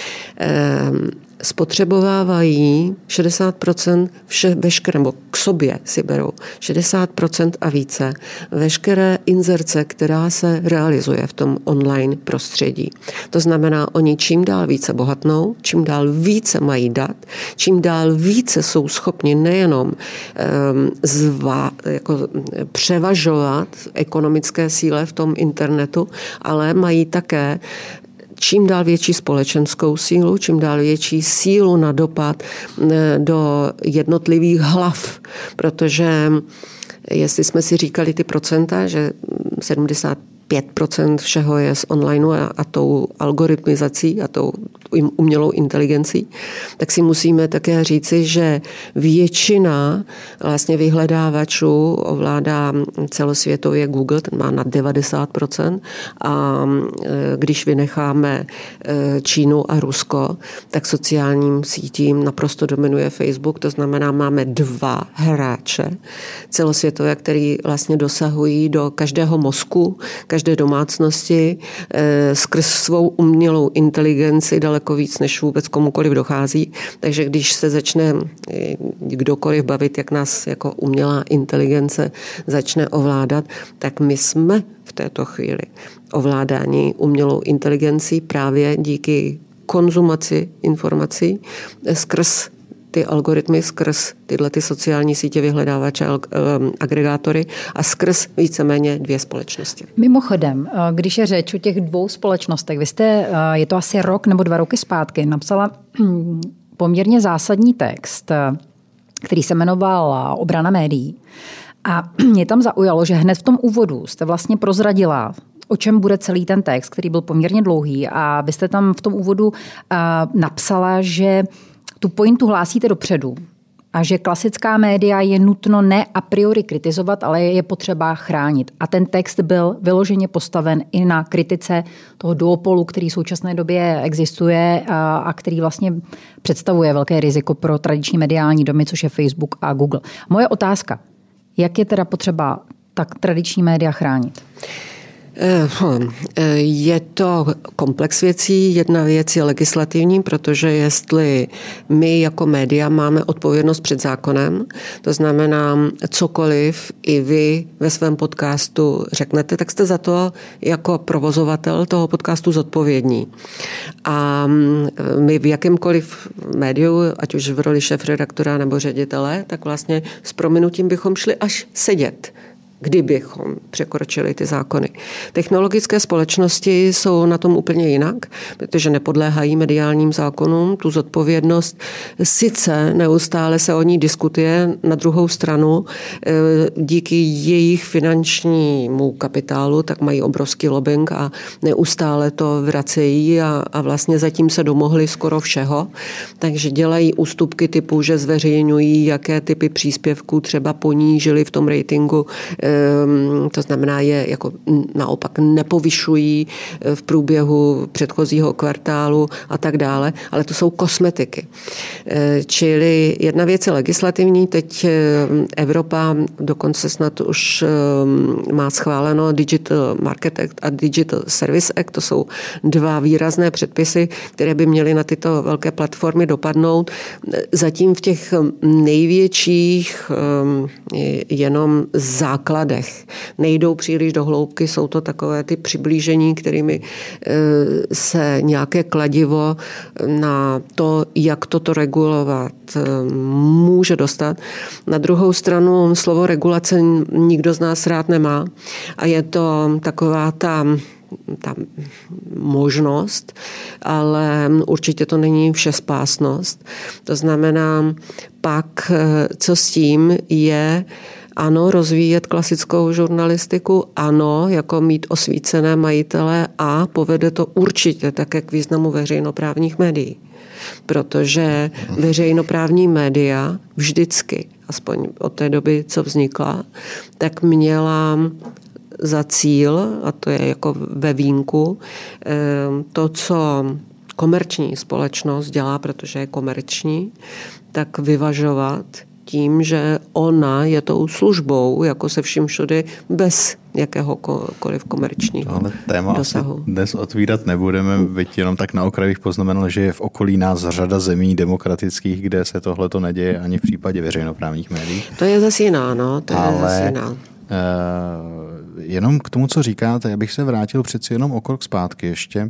spotřebovávají 60% veškeré, nebo k sobě si berou 60% a více veškeré inzerce, která se realizuje v tom online prostředí. To znamená, oni čím dál více bohatnou, čím dál více mají dat, čím dál více jsou schopni nejenom převažovat ekonomické síle v tom internetu, ale mají také čím dál větší společenskou sílu, čím dál větší sílu na dopad do jednotlivých hlav, protože jestli jsme si říkali ty procenta, že 75% všeho je z onlineu a tou algoritmizací a tou umělou inteligencí, tak si musíme také říci, že většina vlastně vyhledávačů ovládá celosvětově Google, ten má nad 90%, a když vynecháme Čínu a Rusko, tak sociálním sítím naprosto dominuje Facebook, to znamená, máme 2 hráče celosvětové, který vlastně dosahují do každého mozku, každé domácnosti skrz svou umělou inteligenci daleko víc, než vůbec komukoliv dochází. Takže když se začne kdokoliv bavit, jak nás jako umělá inteligence začne ovládat, tak my jsme v této chvíli ovládání umělou inteligencí právě díky konzumaci informací skrz ty algoritmy, skrz tyhle ty sociální sítě, vyhledávače, agregátory a skrz víceméně 2 společnosti. Mimochodem, když je řeč o těch 2 společnostech, vy jste, je to asi rok nebo 2 roky zpátky, napsala poměrně zásadní text, který se jmenoval Obrana médií. A mě tam zaujalo, že hned v tom úvodu jste vlastně prozradila, o čem bude celý ten text, který byl poměrně dlouhý, a byste tam v tom úvodu napsala, že tu pointu hlásíte dopředu a že klasická média je nutno ne a priori kritizovat, ale je potřeba chránit. A ten text byl vyloženě postaven i na kritice toho duopolu, který v současné době existuje a který vlastně představuje velké riziko pro tradiční mediální domy, což je Facebook a Google. Moje otázka, jak je teda potřeba tak tradiční média chránit? Je to komplex věcí. Jedna věc je legislativní, protože jestli my jako média máme odpovědnost před zákonem, to znamená cokoliv i vy ve svém podcastu řeknete, tak jste za to jako provozovatel toho podcastu zodpovědní. A my v jakémkoliv médiu, ať už v roli šéfredaktora nebo ředitele, tak vlastně s prominutím bychom šli až sedět, kdybychom překročili ty zákony. Technologické společnosti jsou na tom úplně jinak, protože nepodléhají mediálním zákonům. Tu zodpovědnost sice neustále se o ní diskutuje, na druhou stranu díky jejich finančnímu kapitálu tak mají obrovský lobbying a neustále to vracejí a vlastně zatím se domohli skoro všeho. Takže dělají ústupky typu, že zveřejňují, jaké typy příspěvků třeba ponížili v tom ratingu, to znamená, je jako naopak nepovyšují v průběhu předchozího kvartálu a tak dále, ale to jsou kosmetiky. Čili jedna věc je legislativní, teď Evropa dokonce snad už má schváleno Digital Market Act a Digital Service Act, to jsou 2 výrazné předpisy, které by měly na tyto velké platformy dopadnout. Zatím v těch největších jenom základech nejdou příliš do hloubky, jsou to takové ty přiblížení, kterými se nějaké kladivo na to, jak toto regulovat, může dostat. Na druhou stranu slovo regulace nikdo z nás rád nemá a je to taková ta možnost, ale určitě to není všespásnost. To znamená, pak co s tím je, ano, rozvíjet klasickou žurnalistiku, ano, jako mít osvícené majitele a povede to určitě také k významu veřejnoprávních médií. protože veřejnoprávní média vždycky, aspoň od té doby, co vznikla, tak měla za cíl, a to je jako ve vínku, to, co komerční společnost dělá, protože je komerční, tak vyvažovat tím, že ona je tou službou, jako se vším všude, bez jakéhokoliv komerčního téma dosahu. Dnes otvírat nebudeme, byť jenom tak na okraji bych poznamenal, že je v okolí nás řada zemí demokratických, kde se tohleto neděje ani v případě veřejnoprávních médií. To je zase jiná, no. To je zase jiná. Jenom k tomu, co říkáte, já bych se vrátil přeci jenom o krok zpátky ještě.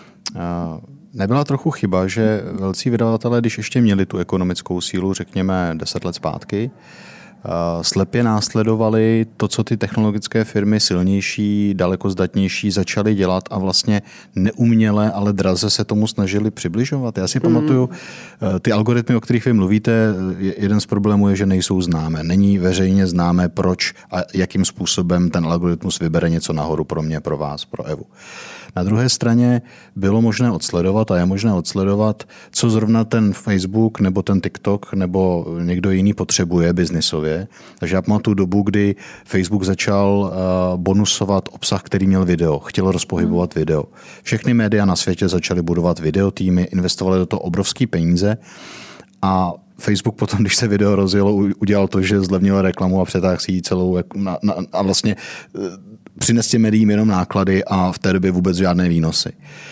Nebyla trochu chyba, že velcí vydavatelé, když ještě měli tu ekonomickou sílu, řekněme 10 let zpátky, slepě následovali to, co ty technologické firmy silnější, daleko zdatnější začaly dělat a vlastně neuměle, ale draze se tomu snažili přibližovat. Já si pamatuju, ty algoritmy, o kterých vy mluvíte, jeden z problémů je, že nejsou známé. Není veřejně známé, proč a jakým způsobem ten algoritmus vybere něco nahoru pro mě, pro vás, pro Evu. Na druhé straně bylo možné odsledovat a je možné odsledovat, co zrovna ten Facebook nebo ten TikTok nebo někdo jiný potřebuje biznisově. Takže já pamatuju dobu, kdy Facebook začal bonusovat obsah, který měl video, chtěl rozpohybovat video. Všechny média na světě začaly budovat videotýmy, investovali do toho obrovský peníze a Facebook potom, když se video rozjelo, udělal to, že zlevnil reklamu a přetáhl si ji celou a vlastně přines těm médiím jenom náklady a v té době vůbec žádné výnosy.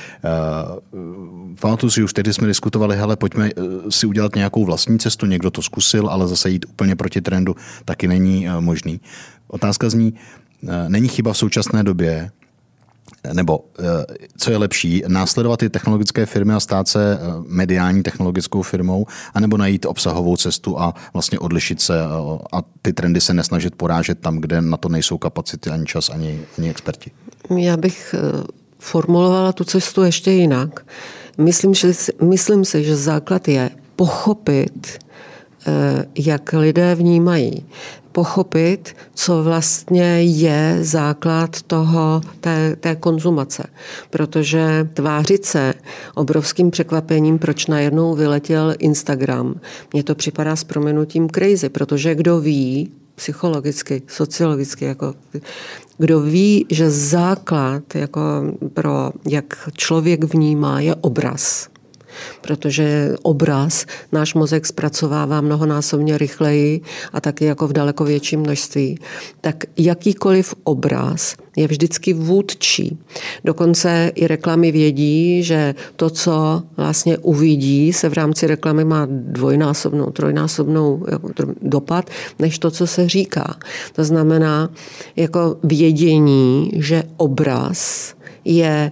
Pamatuju si, už tehdy jsme diskutovali, hele, pojďme si udělat nějakou vlastní cestu, někdo to zkusil, ale zase jít úplně proti trendu taky není možný. Otázka zní, není chyba v současné době, nebo co je lepší, následovat ty technologické firmy a stát se mediální technologickou firmou, anebo najít obsahovou cestu a vlastně odlišit se a ty trendy se nesnažit porážet tam, kde na to nejsou kapacity, ani čas, ani experti? Já bych formulovala tu cestu ještě jinak. Myslím si, že základ je pochopit, jak lidé vnímají. Pochopit, co vlastně je základ té konzumace. Protože tvářit se obrovským překvapením, proč najednou vyletěl Instagram, mně to připadá s prominutím crazy, protože kdo ví, psychologicky, sociologicky, jako kdo ví, že základ jako pro jak člověk vnímá je obraz. Protože obraz náš mozek zpracovává mnohonásobně rychleji a taky jako v daleko větším množství, tak jakýkoliv obraz je vždycky vůdčí. Dokonce i reklamy vědí, že to, co vlastně uvidí, se v rámci reklamy má dvojnásobnou, trojnásobnou dopad, než to, co se říká. To znamená jako vědění, že obraz je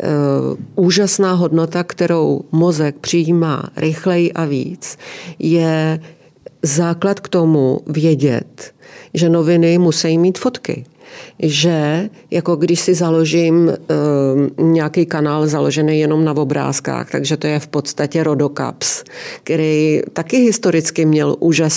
úžasná hodnota, kterou mozek přijímá rychleji a víc, je základ k tomu vědět, že noviny musí mít fotky. Že jako když si založím nějaký kanál založený jenom na obrázkách, takže to je v podstatě Rodocaps, který taky historicky měl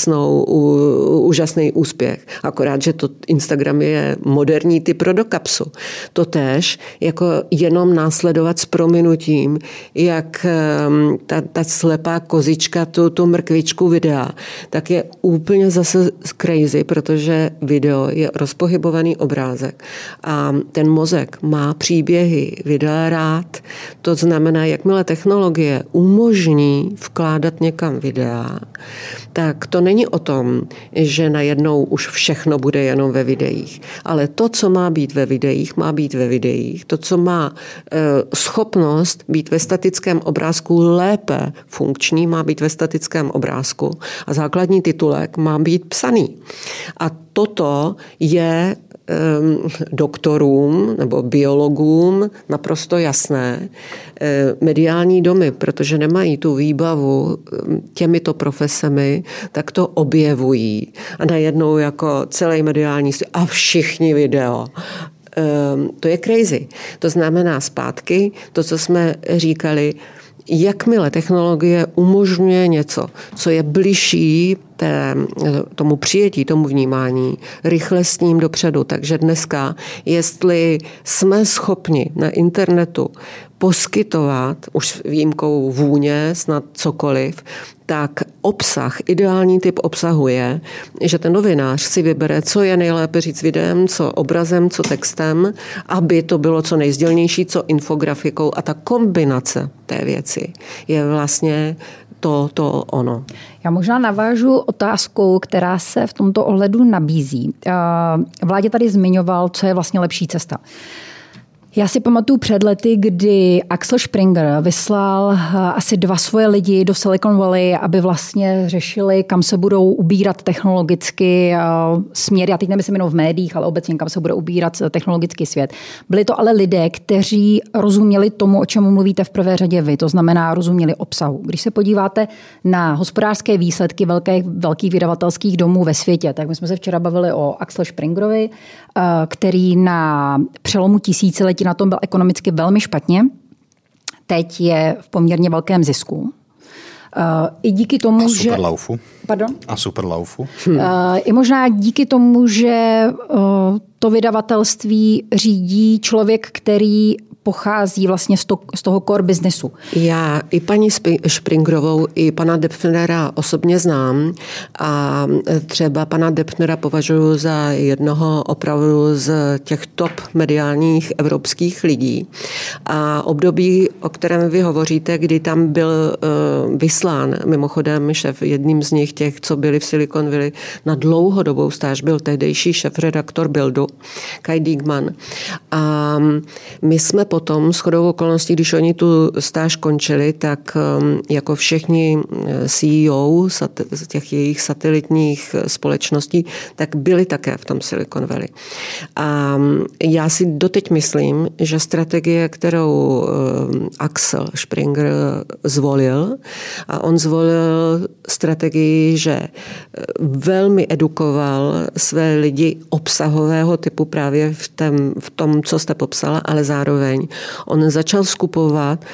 úžasný úspěch. Akorát, že to Instagram je moderní typ Rodocapsu. Totéž jako jenom následovat s prominutím, jak ta slepá kozička tu mrkvičku videa, tak je úplně zase crazy, protože video je rozpohybovaný obrázek. A ten mozek má příběhy, videa rád. To znamená, jakmile technologie umožní vkládat někam videa, tak to není o tom, že najednou už všechno bude jenom ve videích. Ale to, co má být ve videích, má být ve videích. To, co má schopnost být ve statickém obrázku lépe funkční, má být ve statickém obrázku. A základní titulek má být psaný. A toto je doktorům nebo biologům naprosto jasné. Mediální domy, protože nemají tu výbavu těmito profesemi, tak to objevují. A najednou jako celý mediální a všichni video. To je crazy. To znamená zpátky to, co jsme říkali, jakmile technologie umožňuje něco, co je bližší tomu přijetí, tomu vnímání, rychle s ním dopředu. Takže dneska, jestli jsme schopni na internetu poskytovat, už výjimkou vůně, snad cokoliv, tak obsah, ideální typ obsahu je, že ten novinář si vybere, co je nejlépe říct videem, co obrazem, co textem, aby to bylo co nejsdělnější, co infografikou a ta kombinace té věci je vlastně to ono. Já možná navážu otázkou, která se v tomto ohledu nabízí. Vládě tady zmiňoval, co je vlastně lepší cesta. Já si pamatuju před lety, kdy Axel Springer vyslal asi 2 svoje lidi do Silicon Valley, aby vlastně řešili, kam se budou ubírat technologicky směry. Já teď nemyslím jenom v médiích, ale obecně kam se bude ubírat technologický svět. Byli to ale lidé, kteří rozuměli tomu, o čem mluvíte v prvé řadě vy, to znamená rozuměli obsahu. Když se podíváte na hospodářské výsledky velkých vydavatelských domů ve světě, tak my jsme se včera bavili o Axel Springerovi, který na přelomu tisíciletí na tom byl ekonomicky velmi špatně. Teď je v poměrně velkém zisku. I díky tomu, že... Pardon? A Superlaufu. I možná díky tomu, že to vydavatelství řídí člověk, který pochází vlastně z toho core businessu. Já i paní Springerovou, i pana Depfnera osobně znám a třeba pana Depfnera považuji za jednoho opravdu z těch top mediálních evropských lidí. A období, o kterém vy hovoříte, kdy tam byl vyslán, mimochodem šéf, jedním z nich těch, co byli v Silicon Valley na dlouhodobou stáž, byl tehdejší šéfredaktor Bildu, Kai Diekmann. A my jsme potom shodou okolností, když oni tu stáž končili, tak jako všichni CEO z těch jejich satelitních společností, tak byli také v tom Silicon Valley. A já si doteď myslím, že strategie, kterou Axel Springer zvolil, a on zvolil strategii, že velmi edukoval své lidi obsahového typu právě v tom, co jste popsala, ale zároveň on začal skupovat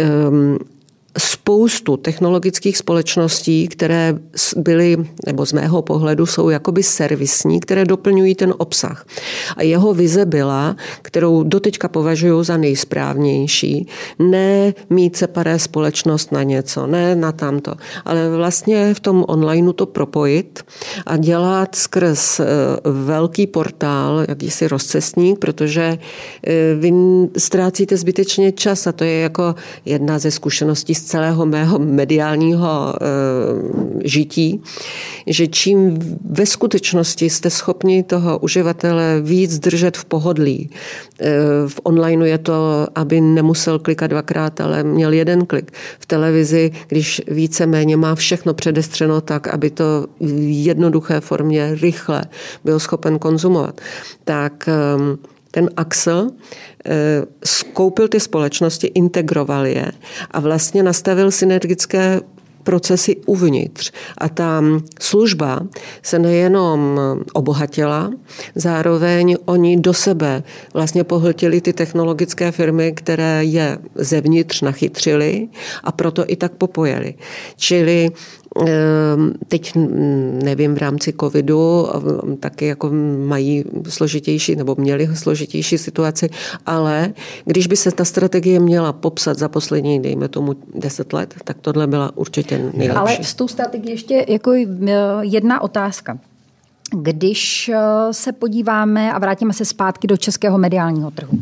spoustu technologických společností, které byly, nebo z mého pohledu jsou jakoby servisní, které doplňují ten obsah. A jeho vize byla, kterou doteďka považuji za nejsprávnější, ne mít separé společnost na něco, ne na tamto, ale vlastně v tom onlineu to propojit a dělat skrz velký portál, jakýsi rozcestník, protože vy ztrácíte zbytečně čas a to je jako jedna ze zkušeností z celého mého mediálního žití, že čím ve skutečnosti jste schopni toho uživatele víc držet v pohodlí. V onlineu je to, aby nemusel klikat 2krát, ale měl 1 klik. V televizi, když víceméně má všechno předestřeno tak, aby to v jednoduché formě rychle byl schopen konzumovat. Tak ten Axel skoupil ty společnosti, integroval je a vlastně nastavil synergické procesy uvnitř. A ta služba se nejenom obohatila, zároveň oni do sebe vlastně pohltili ty technologické firmy, které je zevnitř nachytřili a proto i tak popojili. Čili teď nevím, v rámci covidu taky jako mají složitější nebo měli složitější situaci, ale když by se ta strategie měla popsat za poslední, dejme tomu 10 let, tak tohle byla určitě nejlepší. Ale s tou strategií ještě jako jedna otázka. Když se podíváme a vrátíme se zpátky do českého mediálního trhu,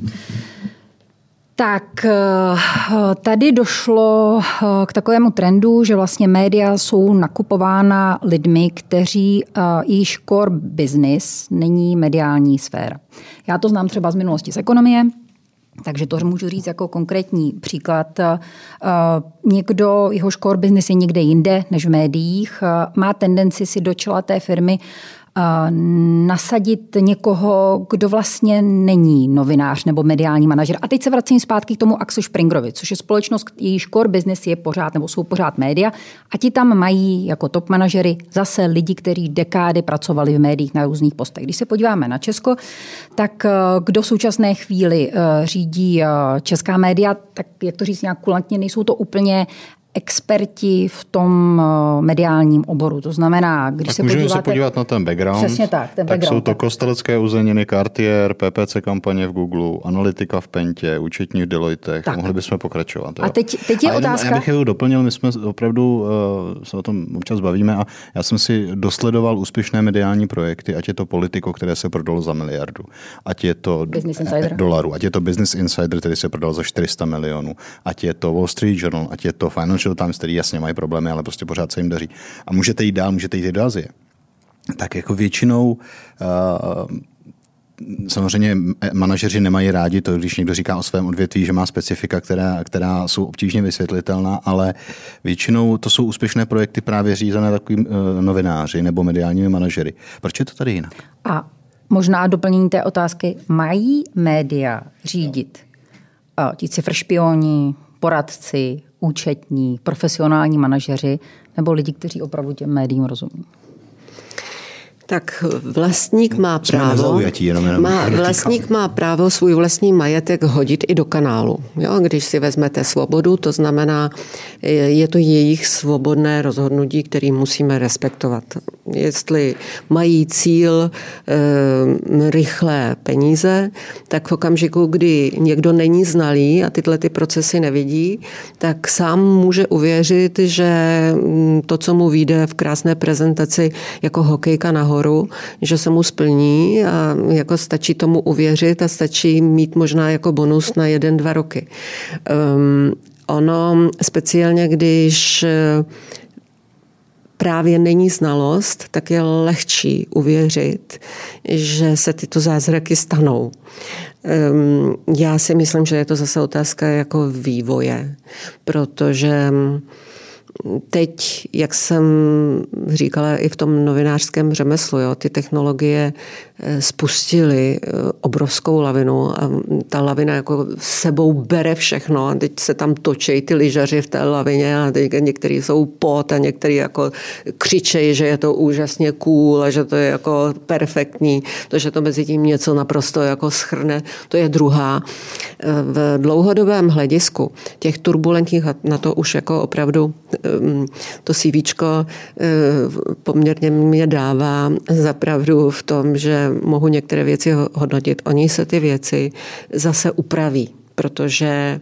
tak tady došlo k takovému trendu, že vlastně média jsou nakupována lidmi, kteří již core business není mediální sféra. Já to znám třeba z minulosti z ekonomie, takže to můžu říct jako konkrétní příklad. Někdo, jehož core business je někde jinde než v médiích, má tendenci si do čela té firmy nasadit někoho, kdo vlastně není novinář nebo mediální manažer. A teď se vracím zpátky k tomu Axel Springerovi, což je společnost, jejíž core business je pořád nebo jsou pořád média a ti tam mají jako top manažery zase lidi, kteří dekády pracovali v médiích na různých postech. Když se podíváme na Česko, tak kdo v současné chvíli řídí česká média, tak jak to říct nějak kulantně, nejsou to úplně experti v tom mediálním oboru. To znamená, když se podíváte... se podívat na ten background. Přesně tak, ten background. Jsou to Kostelecké uzeniny, Cartier, PPC kampaně v Google, analytika v Pentě, účetní v Deloittech. Mohli bychom pokračovat. Jo. A teď je otázka... Já bych je doplnil, my jsme opravdu se o tom občas bavíme a já jsem si dosledoval úspěšné mediální projekty, ať je to Politico, které se prodalo za miliardu, ať je to dolarů, ať je to Business Insider, který se prodal za 400 milionů, ať je to Wall Street Journal, ať je to Financial Times, který jasně mají problémy, ale prostě pořád se jim daří. A můžete jít dál, můžete jít do Asie. Tak jako většinou samozřejmě manažeři nemají rádi to, když někdo říká o svém odvětví, že má specifika, která jsou obtížně vysvětlitelná, ale většinou to jsou úspěšné projekty právě řízené takovými novináři nebo mediálními manažery. Proč je to tady jinak? A možná doplnění té otázky, mají média řídit ti cifršpioni, poradci, účetní, profesionální manažeři nebo lidi, kteří opravdu těm médiím rozumí? Tak vlastník má právo, vlastník má právo svůj vlastní majetek hodit i do kanálu. Jo? Když si vezmete svobodu, to znamená, je to jejich svobodné rozhodnutí, který musíme respektovat. Jestli mají cíl rychlé peníze, tak v okamžiku, kdy někdo není znalý a tyhle ty procesy nevidí, tak sám může uvěřit, že to, co mu vyjde v krásné prezentaci jako hokejka nahoru, že se mu splní a jako stačí tomu uvěřit a stačí mít možná jako bonus na 1-2 roky. Ono speciálně, když právě není znalost, tak je lehčí uvěřit, že se tyto zázraky stanou. Já si myslím, že je to zase otázka jako vývoje, protože teď, jak jsem říkala i v tom novinářském řemeslu, jo, ty technologie spustily obrovskou lavinu a ta lavina jako sebou bere všechno a teď se tam točí ty lyžaři v té lavině a teď některý jsou pot a některý jako křičejí, že je to úžasně cool a že to je jako perfektní, to, že to mezi tím něco naprosto jako schrne, to je druhá. V dlouhodobém hledisku těch turbulentních, na to už jako opravdu to CVčko poměrně mě dává za pravdu v tom, že mohu některé věci hodnotit. Oni se ty věci zase upraví, protože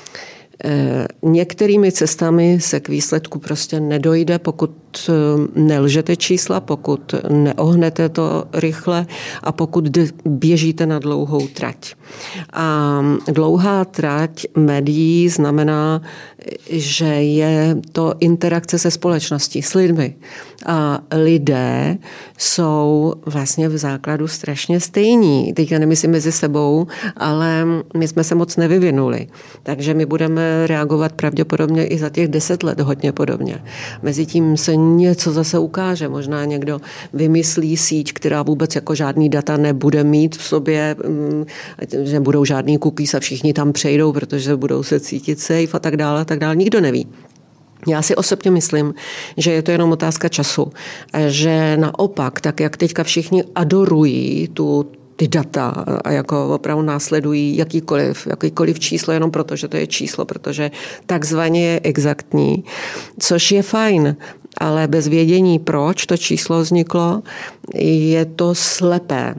některými cestami se k výsledku prostě nedojde, pokud nelžete čísla, pokud neohnete to rychle a pokud běžíte na dlouhou trať. A dlouhá trať médií znamená, že je to interakce se společností, s lidmi. A lidé jsou vlastně v základu strašně stejní. Teď já nemyslím mezi sebou, ale my jsme se moc nevyvinuli. Takže my budeme reagovat pravděpodobně i za těch 10 let hodně podobně. Mezitím se něco zase ukáže. Možná někdo vymyslí síť, která vůbec jako žádný data nebude mít v sobě, že budou žádný cookies a všichni tam přejdou, protože budou se cítit safe a tak dále, nikdo neví. Já si osobně myslím, že je to jenom otázka času. Že naopak, tak jak teďka všichni adorují ty data a jako opravdu následují jakýkoliv číslo jenom proto, že to je číslo, protože takzvaně je exaktní, což je fajn, ale bez vědění, proč to číslo vzniklo, je to slepé.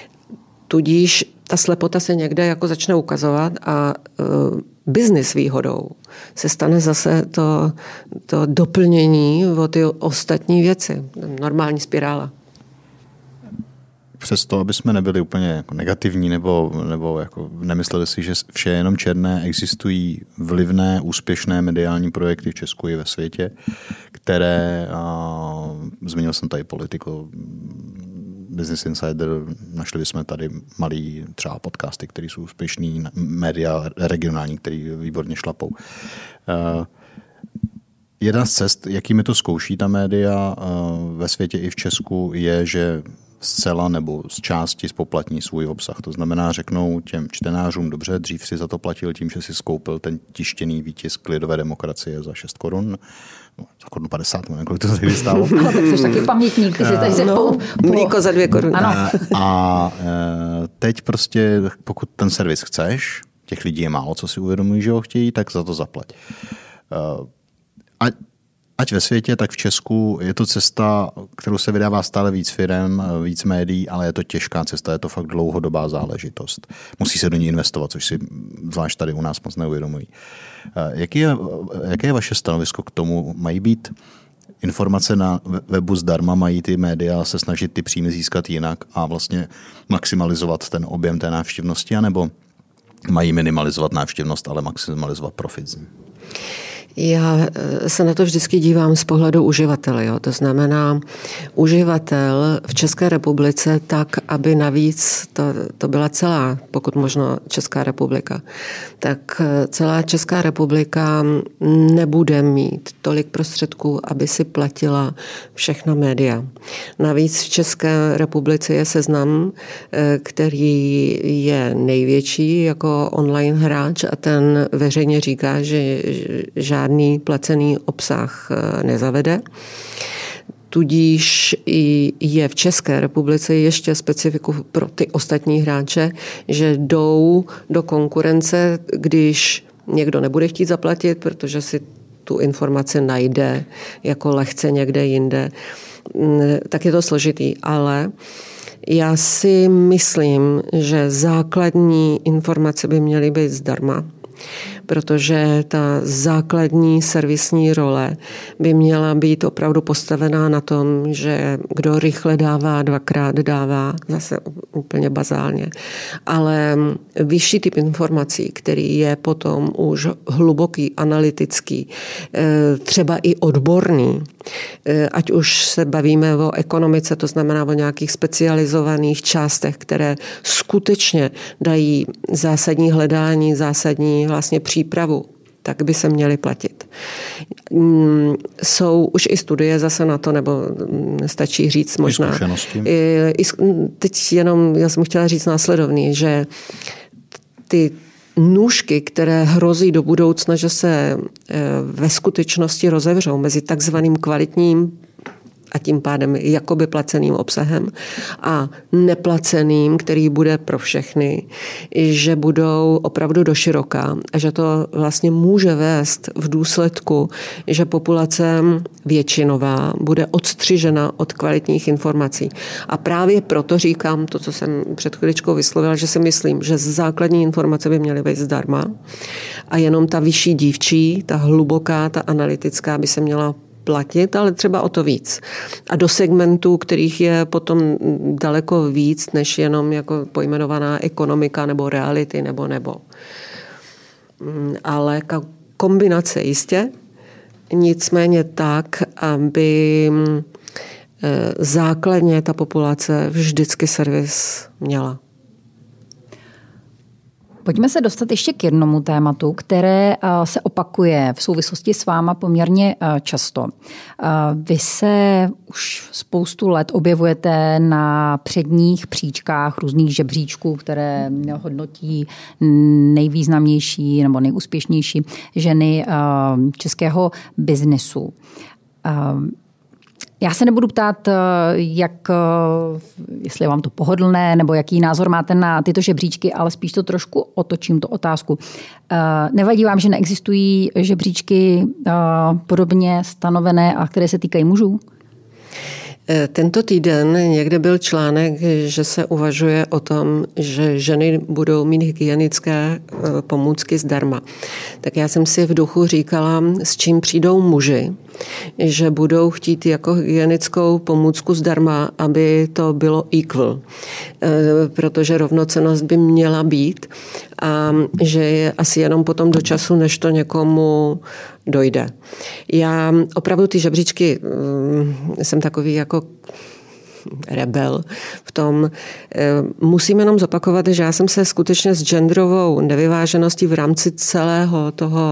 Tudíž ta slepota se někde jako začne ukazovat a business výhodou se stane zase to doplnění o ty ostatní věci. Normální spirála. Přesto, aby jsme nebyli úplně jako negativní nebo jako nemysleli si, že vše je jenom černé, existují vlivné, úspěšné mediální projekty v Česku i ve světě, které, zmínil jsem tady Politico, Business Insider, našli jsme tady malý třeba podcasty, které jsou úspěšný, média regionální, který výborně šlapou. Jedna z cest, jakými to zkouší ta média ve světě i v Česku, je, že zcela nebo z části spoplatní svůj obsah. To znamená, řeknou těm čtenářům, dobře, dřív si za to platil tím, že si skoupil ten tištěný výtisk Lidové demokracie za 6 korun, za korunu 50, kolik to tady stálo. Ale tak jsi taky pamětník, že tady se mlíko za 2 koruny. A teď prostě, pokud ten servis chceš, těch lidí je málo, co si uvědomují, že ho chtějí, tak za to zaplať. ať ve světě, tak v Česku je to cesta, kterou se vydává stále víc firem, víc médií, ale je to těžká cesta, je to fakt dlouhodobá záležitost. Musí se do ní investovat, což si zvlášť tady u nás moc neuvědomují. Jaké je vaše stanovisko k tomu? Mají být informace na webu zdarma, mají ty média se snažit ty příjmy získat jinak a vlastně maximalizovat ten objem té návštěvnosti, anebo mají minimalizovat návštěvnost, ale maximalizovat profit? Já se na to vždycky dívám z pohledu uživatele. Jo? To znamená, uživatel v České republice tak, aby navíc to byla celá, pokud možno Česká republika, tak celá Česká republika nebude mít tolik prostředků, aby si platila všechna média. Navíc v České republice je Seznam, který je největší jako online hráč a ten veřejně říká, že žádný placený obsah nezavede. Tudíž je v České republice ještě specifiku pro ty ostatní hráče, že jdou do konkurence, když někdo nebude chtít zaplatit, protože si tu informaci najde jako lehce někde jinde, tak je to složitý. Ale já si myslím, že základní informace by měly být zdarma, protože ta základní servisní role by měla být opravdu postavená na tom, že kdo rychle dává, dvakrát dává, zase úplně bazálně. Ale vyšší typ informací, který je potom už hluboký, analytický, třeba i odborný, ať už se bavíme o ekonomice, to znamená o nějakých specializovaných částech, které skutečně dají zásadní hledání, zásadní vlastně přípravu, tak by se měly platit. Jsou už i studie zase na to, nebo stačí říct možná. Teď jenom, já jsem chtěla říct následovný, že ty nůžky, které hrozí do budoucna, že se ve skutečnosti rozevřou mezi takzvaným kvalitním a tím pádem jakoby placeným obsahem a neplaceným, který bude pro všechny, že budou opravdu doširoká a že to vlastně může vést v důsledku, že populace většinová bude odstřižena od kvalitních informací. A právě proto říkám to, co jsem před chviličkou vyslovila, že si myslím, že základní informace by měly být zdarma a jenom ta vyšší dívčí, ta hluboká, ta analytická by se měla platit, ale třeba o to víc. A do segmentů, kterých je potom daleko víc, než jenom jako pojmenovaná ekonomika nebo reality nebo. Ale kombinace jistě, nicméně tak, aby základně ta populace vždycky servis měla. Pojďme se dostat ještě k jednomu tématu, které se opakuje v souvislosti s váma poměrně často. Vy se už spoustu let objevujete na předních příčkách různých žebříčků, které hodnotí nejvýznamnější nebo nejúspěšnější ženy českého biznesu. Já se nebudu ptát, jestli je vám to pohodlné, nebo jaký názor máte na tyto žebříčky, ale spíš to trošku otočím, tu otázku. Nevadí vám, že neexistují žebříčky podobně stanovené a které se týkají mužů? Tento týden někde byl článek, že se uvažuje o tom, že ženy budou mít hygienické pomůcky zdarma. Tak já jsem si v duchu říkala, s čím přijdou muži, že budou chtít jako hygienickou pomůcku zdarma, aby to bylo equal. Protože rovnocennost by měla být a že je asi jenom potom do času, než to někomu dojde. Já opravdu ty žebříčky jsem takový jako rebel v tom. Musím jenom zopakovat, že já jsem se skutečně s genderovou nevyvážeností v rámci celého toho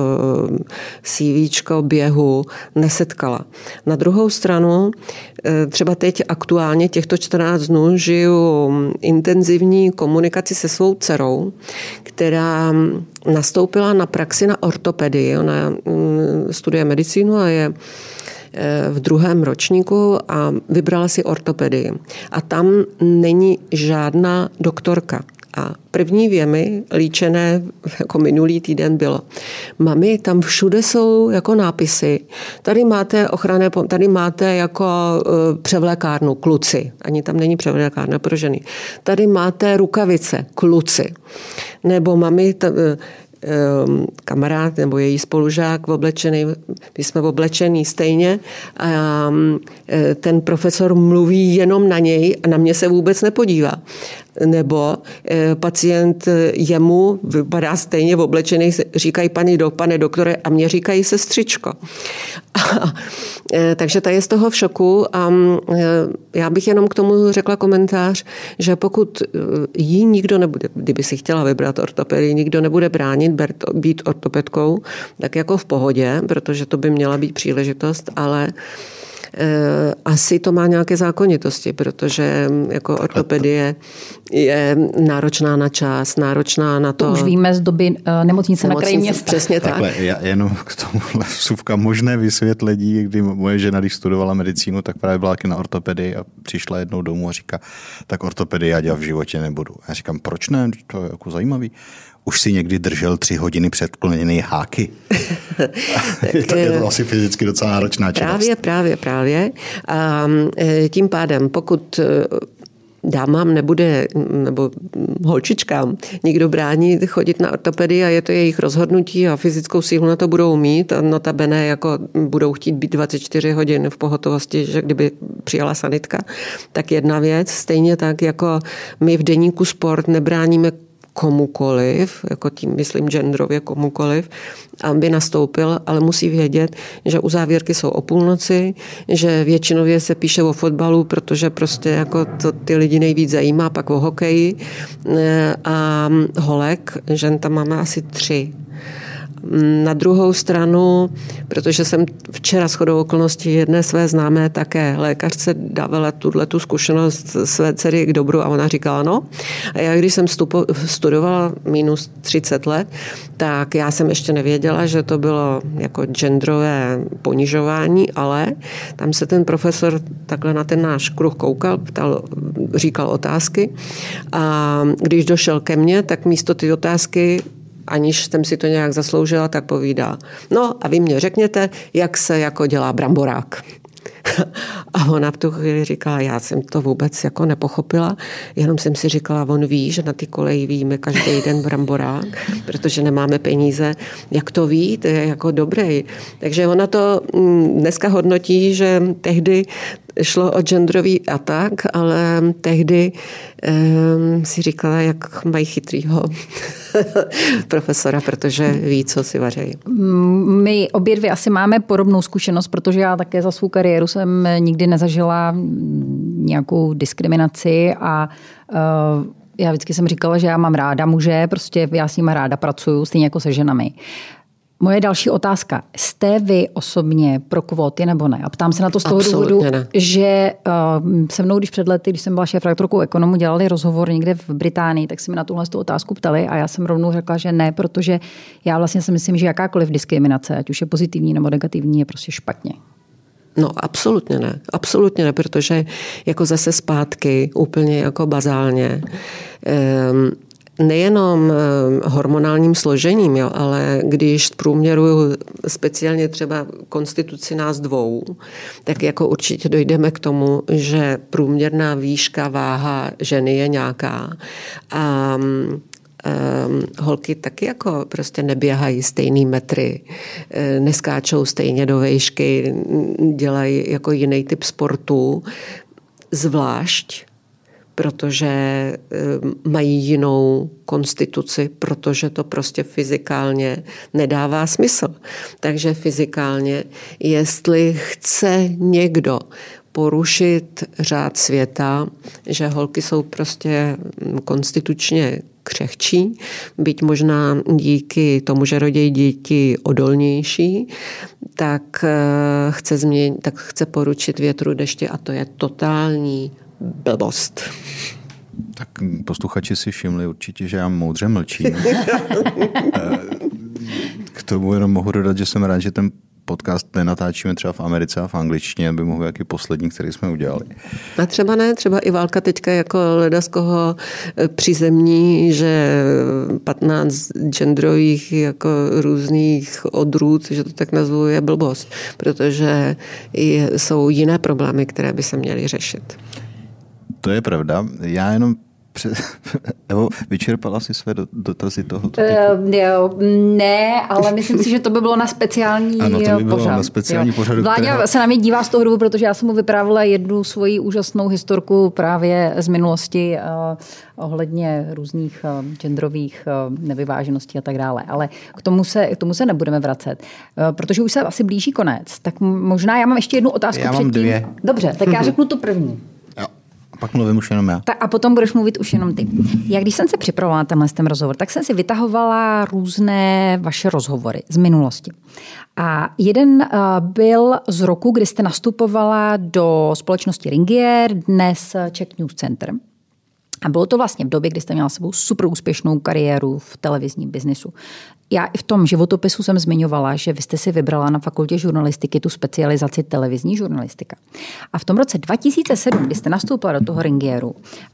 CVčko běhu nesetkala. Na druhou stranu, třeba teď aktuálně těchto 14 dnů žiju intenzivní komunikaci se svou dcerou, která nastoupila na praxi na ortopedii. Ona studuje medicínu a je v 2. ročníku a vybrala si ortopedii. A tam není žádná doktorka. A první věmy líčené jako minulý týden bylo: mami, tam všude jsou jako nápisy. Tady máte tady máte jako převlékárnu, kluci. Ani tam není převlékárna pro ženy. Tady máte rukavice, kluci. Nebo mami, kamarád nebo její spolužák oblečený, my jsme oblečený stejně a ten profesor mluví jenom na něj a na mě se vůbec nepodívá. Nebo pacient jemu vypadá stejně oblečený, říkají pane doktore a mě říkají sestřičko. Takže ta je z toho v šoku a já bych jenom k tomu řekla komentář, že pokud jí nikdo nebude, kdyby si chtěla vybrat ortopedii, nikdo nebude bránit být ortopedkou, tak jako v pohodě, protože to by měla být příležitost, ale asi to má nějaké zákonitosti, protože jako ortopedie je náročná na čas, náročná na to. Už víme z doby nemocnice na kraji města. Přesně tak. Takhle, já jenom k tomu vsuvka možné vysvětlení, kdy moje žena, když studovala medicínu, tak právě byla na ortopedii a přišla jednou domů a říká, tak ortopedii já dělat v životě nebudu. Já říkám, proč ne? To je jako zajímavý. Už si někdy držel 3 hodiny předkloněný háky. je to asi fyzicky docela náročná činnost. Právě. A tím pádem, pokud dámám nebude, nebo holčičkám, nikdo brání chodit na ortopedii a je to jejich rozhodnutí a fyzickou sílu na to budou mít a notabene jako budou chtít být 24 hodin v pohotovosti, že kdyby přijela sanitka, tak jedna věc. Stejně tak, jako my v deníku Sport nebráníme komukoliv, jako tím myslím genderově komukoliv, aby nastoupil, ale musí vědět, že uzávěrky jsou o půlnoci, že většinově se píše o fotbalu, protože prostě jako to ty lidi nejvíc zajímá, pak o hokeji a holek, žen tam máme asi 3. Na druhou stranu, protože jsem včera shodou okolností jedné své známé také lékařce dávala tu zkušenost své dcery k dobru a ona říkala, no, a já když jsem studovala minus 30 let, tak já jsem ještě nevěděla, že to bylo jako genderové ponižování, ale tam se ten profesor takhle na ten náš kruh koukal, říkal otázky a když došel ke mně, tak místo ty otázky aniž jsem si to nějak zasloužila, tak povídá. No a vy mě řekněte, jak se jako dělá bramborák. A ona v tu chvíli říkala, já jsem to vůbec jako nepochopila, jenom jsem si říkala, on ví, že na ty koleji víme každý den bramborák, protože nemáme peníze. Jak to ví, to je jako dobrý. Takže ona to dneska hodnotí, že tehdy šlo o genderový atak, ale tehdy si říkala, jak mají chytrýho profesora, protože ví, co si vařejí. My obě dvě asi máme podobnou zkušenost, protože já také za svou kariéru jsem nikdy nezažila nějakou diskriminaci a já vždycky jsem říkala, že já mám ráda muže, prostě já s nimi ráda pracuju, stejně jako se ženami. Moje další otázka. Jste vy osobně pro kvóty nebo ne? A ptám se na to z toho důvodu, že se mnou, když před lety, když jsem byla šéfredaktorkou Ekonomu, dělali rozhovor někde v Británii, tak se mi na tuhle otázku ptali a já jsem rovnou řekla, že ne, protože já vlastně si myslím, že jakákoliv diskriminace, ať už je pozitivní nebo negativní, je prostě špatně. No absolutně ne, protože jako zase zpátky, úplně jako bazálně, nejenom hormonálním složením, jo, ale když v průměru speciálně třeba konstituci nás dvou, tak jako určitě dojdeme k tomu, že průměrná výška, váha ženy je nějaká a holky taky jako prostě neběhají stejný metry, neskáčou stejně do vejšky, dělají jako jiný typ sportu, zvlášť protože mají jinou konstituci, protože to prostě fyzikálně nedává smysl. Takže fyzikálně, jestli chce někdo porušit řád světa, že holky jsou prostě konstitučně křehčí, byť možná díky tomu, že rodí děti odolnější, tak chce poručit větru dešti a to je totální blbost. Tak posluchači si všimli určitě, že já moudře mlčím. K tomu jenom mohu dodat, že jsem rád, že ten podcast nenatáčíme třeba v Americe a v angličtině, by mohl být jaký poslední, který jsme udělali. A třeba ne, třeba i válka teďka jako leda z koho přizemní, že 15 genderových jako různých odrůd, že to tak nazvu, je blbost, protože jsou jiné problémy, které by se měly řešit. To je pravda. Já jenom Evo, vyčerpala si své dotazy tohoto typu? Ne, ale myslím si, že to by bylo na speciální pořad. Ano, to by bylo na speciální pořadu. Vláďa se na mě dívá z toho důvodu, protože já jsem mu vyprávěla jednu svoji úžasnou historku právě z minulosti ohledně různých genderových nevyvážeností a tak dále. Ale k tomu se nebudeme vracet, protože už se asi blíží konec. Tak možná já mám ještě jednu otázku předtím. Já mám 2. Dobře, tak já řeknu tu první. Pak mluvím už jenom já. A potom budeš mluvit už jenom ty. Já když jsem se připravovala ten rozhovor, tak jsem si vytahovala různé vaše rozhovory z minulosti. A jeden byl z roku, kdy jste nastupovala do společnosti Ringier, dnes Czech News Center. A bylo to vlastně v době, kdy jste měla sebou super úspěšnou kariéru v televizním biznisu. Já i v tom životopisu jsem zmiňovala, že vy jste si vybrala na fakultě žurnalistiky tu specializaci televizní žurnalistika. A v tom roce 2007, kdy jste nastoupila do toho Ringieru,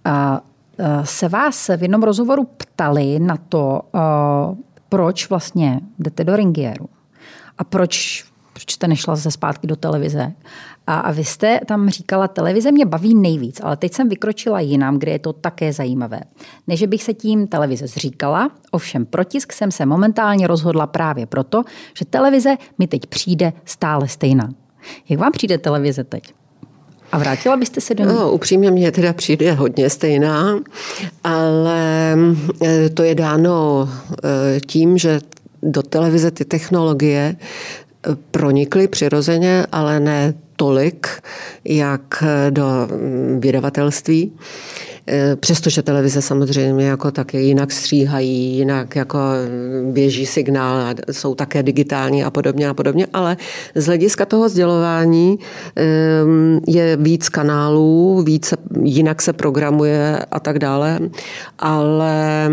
se vás v jednom rozhovoru ptali na to, proč vlastně jdete do Ringieru a proč jste nešla zase zpátky do televize. A vy jste tam říkala, televize mě baví nejvíc, ale teď jsem vykročila jinam, kde je to také zajímavé. Než bych se tím televize zříkala, ovšem pro tisk jsem se momentálně rozhodla právě proto, že televize mi teď přijde stále stejná. Jak vám přijde televize teď? A vrátila byste se do ní? No, upřímně mě teda přijde hodně stejná, ale to je dáno tím, že do televize ty technologie pronikly přirozeně, ale ne tolik, jak do vydavatelství. Přestože televize samozřejmě jako také jinak stříhají, jinak jako běží signál, jsou také digitální a podobně, ale z hlediska toho sdělování je víc kanálů, jinak se programuje a tak dále, ale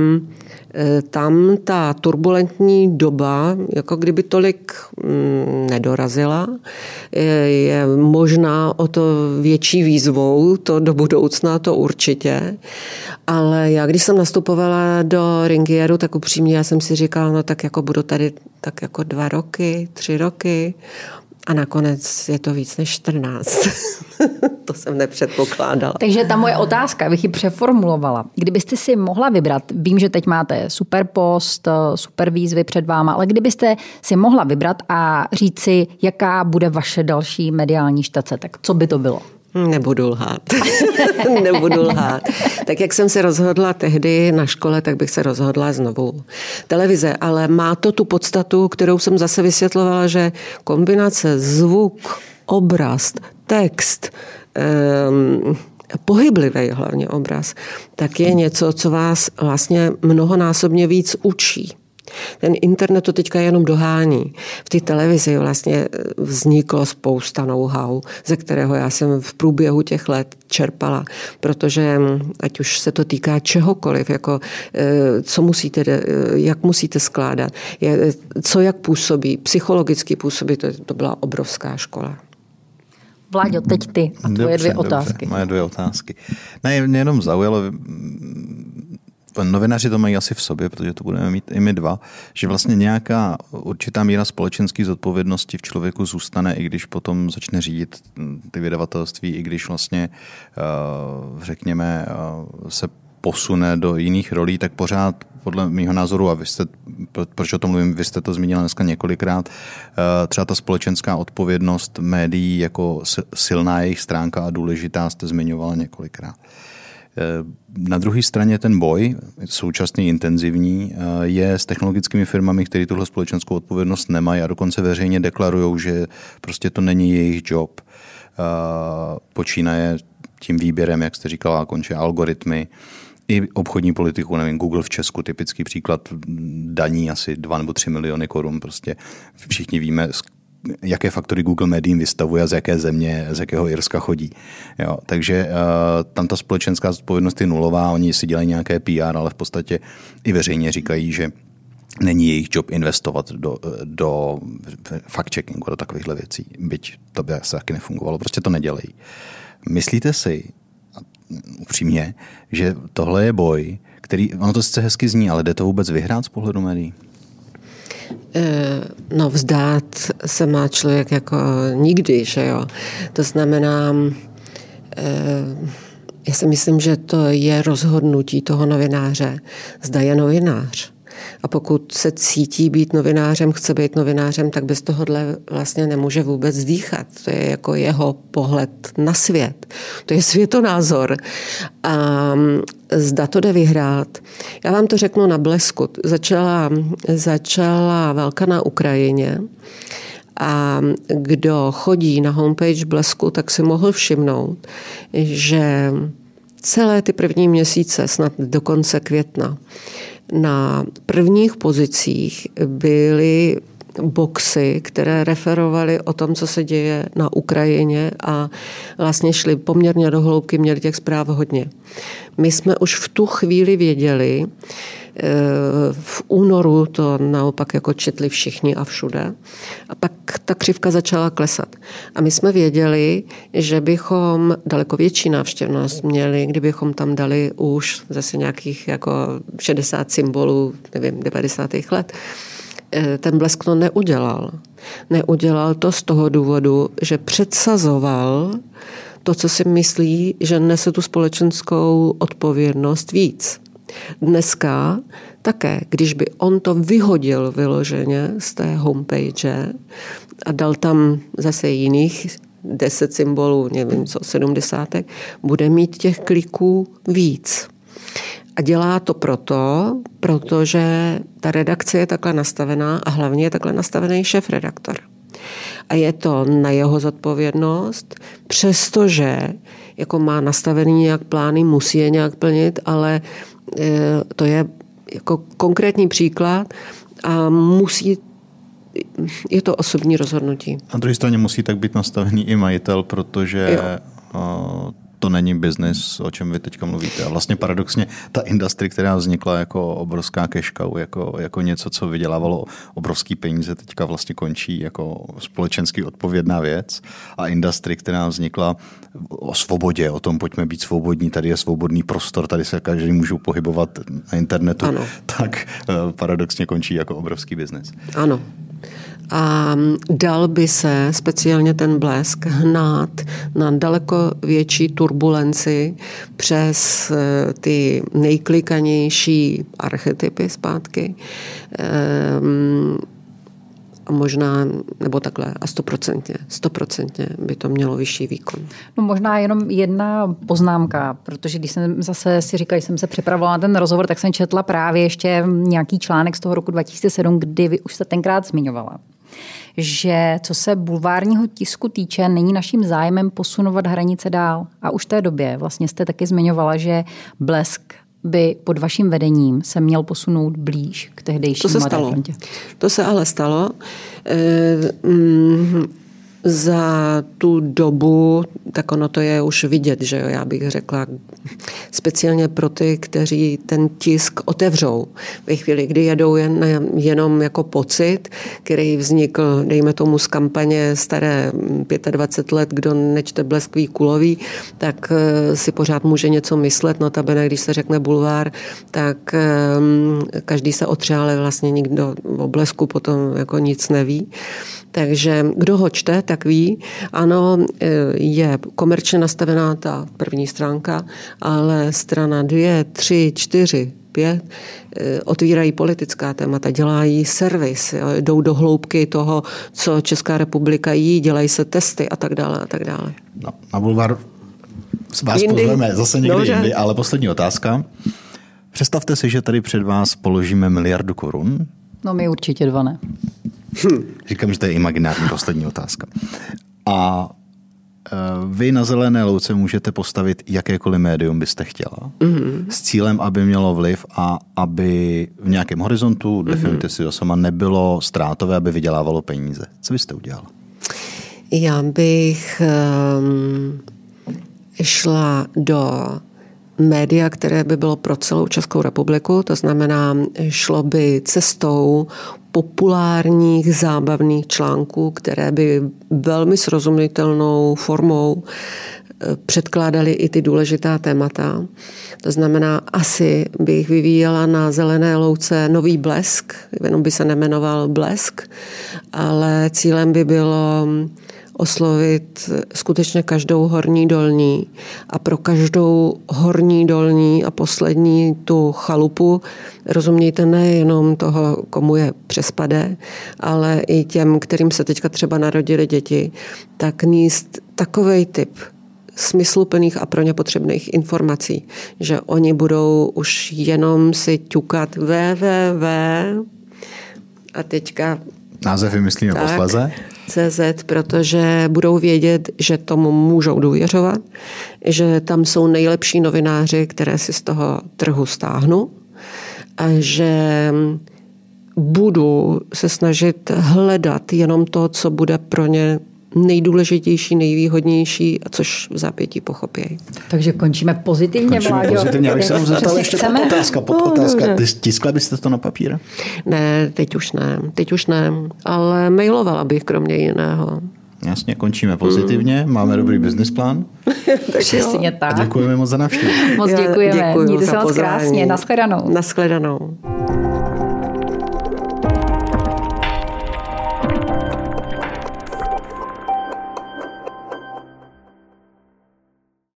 tam ta turbulentní doba, jako kdyby tolik nedorazila, je možná o to větší výzvou, to do budoucna to určitě, ale já když jsem nastupovala do Ringieru, tak upřímně já jsem si říkala, no tak jako budu tady tak jako 2 roky, 3 roky a nakonec je to víc než 14. To jsem nepředpokládala. Takže ta moje otázka, abych ji přeformulovala. Kdybyste si mohla vybrat, vím, že teď máte super post, super výzvy před váma, ale kdybyste si mohla vybrat a říct si, jaká bude vaše další mediální štace, tak co by to bylo? Nebudu lhát. Tak jak jsem se rozhodla tehdy na škole, tak bych se rozhodla znovu. Televize, ale má to tu podstatu, kterou jsem zase vysvětlovala, že kombinace zvuk, obraz, text, pohyblivý hlavně obraz, tak je něco, co vás vlastně mnohonásobně víc učí. Ten internet to teďka jenom dohání. V té televizi vlastně vzniklo spousta know-how, ze kterého já jsem v průběhu těch let čerpala, protože ať už se to týká čehokoliv, jako co musíte, jak musíte skládat, co jak působí, psychologicky působí, to byla obrovská škola. Vláďo, teď ty a tvoje 2 otázky. Moje 2 otázky. Ne, mě jenom zaujalo, novináři to mají asi v sobě, protože to budeme mít i my 2, že vlastně nějaká určitá míra společenské zodpovědnosti v člověku zůstane, i když potom začne řídit ty vydavatelství, i když vlastně, řekněme, se posune do jiných rolí, tak pořád podle mýho názoru, a proč o tom mluvím, vy jste to zmínila dneska několikrát, třeba ta společenská odpovědnost médií jako silná jejich stránka a důležitá jste zmiňovala několikrát. Na druhé straně ten boj, současný intenzivní, je s technologickými firmami, které tuhle společenskou odpovědnost nemají a dokonce veřejně deklarují, že prostě to není jejich job. Počínaje tím výběrem, jak jste říkala, končí algoritmy, i obchodní politiku, nevím, Google v Česku, typický příklad daní asi 2 nebo 3 miliony korun, prostě všichni víme, jaké faktory Google médiím vystavuje a z jaké země, z jakého Irska chodí. Jo, takže tam ta společenská zodpovědnost je nulová, oni si dělají nějaké PR, ale v podstatě i veřejně říkají, že není jejich job investovat do fact-checkingu, do takovýchhle věcí. Byť to by se taky nefungovalo. Prostě to nedělají. Myslíte si, upřímně, že tohle je boj, který, ono to sice hezky zní, ale jde to vůbec vyhrát z pohledu médií? No, vzdát se má člověk jako nikdy, že jo. To znamená, já si myslím, že to je rozhodnutí toho novináře. Zda je novinář. A pokud se cítí být novinářem, chce být novinářem, tak bez tohohle vlastně nemůže vůbec dýchat. To je jako jeho pohled na svět. To je světonázor. A zda to jde vyhrát. Já vám to řeknu na blesku. Začala válka na Ukrajině a kdo chodí na homepage Blesku, tak si mohl všimnout, že celé ty první měsíce, snad do konce května, na prvních pozicích byly boxy, které referovaly o tom, co se děje na Ukrajině a vlastně šly poměrně do hloubky, měli těch zpráv hodně. My jsme už v tu chvíli věděli, v únoru to naopak jako četli všichni a všude. A pak ta křivka začala klesat. A my jsme věděli, že bychom daleko větší návštěvnost měli, kdybychom tam dali už zase nějakých jako 60 symbolů, nevím, 90. let. Ten Blesk to neudělal. Neudělal to z toho důvodu, že předsazoval to, co si myslí, že nese tu společenskou odpovědnost víc. Dneska také, když by on to vyhodil vyloženě z té homepage a dal tam zase jiných 10 symbolů, nevím co, 70, bude mít těch kliků víc. A dělá to protože ta redakce je takhle nastavená a hlavně je takhle nastavený šéfredaktor. A je to na jeho zodpovědnost, přestože jako má nastavený nějak plány, musí je nějak plnit, ale to je jako konkrétní příklad a je to osobní rozhodnutí. Na druhé straně musí tak být nastavený i majitel, protože to není biznis, o čem vy teďka mluvíte. A vlastně paradoxně ta industrie, která vznikla jako obrovská cash cow, jako něco, co vydělávalo obrovský peníze, teďka vlastně končí jako společensky odpovědná věc. A industrie, která vznikla o svobodě, o tom pojďme být svobodní, tady je svobodný prostor, tady se každý můžou pohybovat na internetu, ano. Tak paradoxně končí jako obrovský biznis. Ano. A dal by se speciálně ten Blesk hnát na daleko větší turbulenci přes ty nejklikanější archetypy zpátky. A možná, nebo takhle, a 100% by to mělo vyšší výkon. No možná jenom jedna poznámka, protože když jsem zase si říkala, když jsem se připravovala na ten rozhovor, tak jsem četla právě ještě nějaký článek z toho roku 2007, kdy vy už se tenkrát zmiňovala, že co se bulvárního tisku týče, není naším zájmem posunovat hranice dál. A už v té době vlastně jste taky zmiňovala, že Blesk by pod vaším vedením se měl posunout blíž k tehdejšímu Mladé frontě. To se ale stalo. Za tu dobu, tak ono to je už vidět, že jo, já bych řekla, speciálně pro ty, kteří ten tisk otevřou. Ve chvíli, kdy jedou jenom jako pocit, který vznikl, dejme tomu z kampaně staré 25 let, kdo nečte Blesk ví kulový, tak si pořád může něco myslet, notabene, když se řekne bulvár, tak každý se otře, ale vlastně nikdo o Blesku potom jako nic neví. Takže kdo ho čte, tak ví, ano, je komerčně nastavená ta první stránka, ale strana 2, 3, 4, 5 otvírají politická témata, dělají servis, jdou do hloubky toho, co Česká republika jí, dělají se testy a tak dále a tak dále. No, na bulvár vás pozveme zase někdy jindy, ale poslední otázka. Představte si, že tady před vás položíme 1 miliardu korun. No my určitě 2 ne. Říkám, že to je imaginární poslední otázka. A vy na zelené louce můžete postavit jakékoliv médium byste chtěla s cílem, aby mělo vliv a aby v nějakém horizontu, definujte si to sama, nebylo ztrátové, aby vydělávalo peníze. Co byste udělala? Já bych šla do média, které by bylo pro celou Českou republiku, to znamená, šlo by cestou populárních zábavných článků, které by velmi srozumitelnou formou předkládali i ty důležitá témata. To znamená, asi bych vyvíjela na Zelené louce nový Blesk, jenom by se nemenoval Blesk, ale cílem by bylo oslovit skutečně každou horní dolní a pro každou horní dolní a poslední tu chalupu, rozumějte, nejenom toho, komu je přespade, ale i těm, kterým se teďka třeba narodili děti, tak níst takovej typ smysluplných a pro ně potřebných informací, že oni budou už jenom si ťukat www a teďka název vymyslíme posléze. CZ, protože budou vědět, že tomu můžou důvěřovat, že tam jsou nejlepší novináři, které si z toho trhu stáhnu a že budu se snažit hledat jenom to, co bude pro ně nejdůležitější, nejvýhodnější, což v zápětí pochopí. Takže končíme pozitivně, Vláďo. Pozitivně, já bych se zeptal ještě podotázka. Tiskla byste to na papír? Ne, teď už ne, ale mailovala bych kromě jiného. Jasně, končíme pozitivně, máme dobrý business plán. Přesně tak. A děkujeme moc za návštěvu. Moc děkujeme. Mějte se moc krásně. Naschledanou. Naschledanou.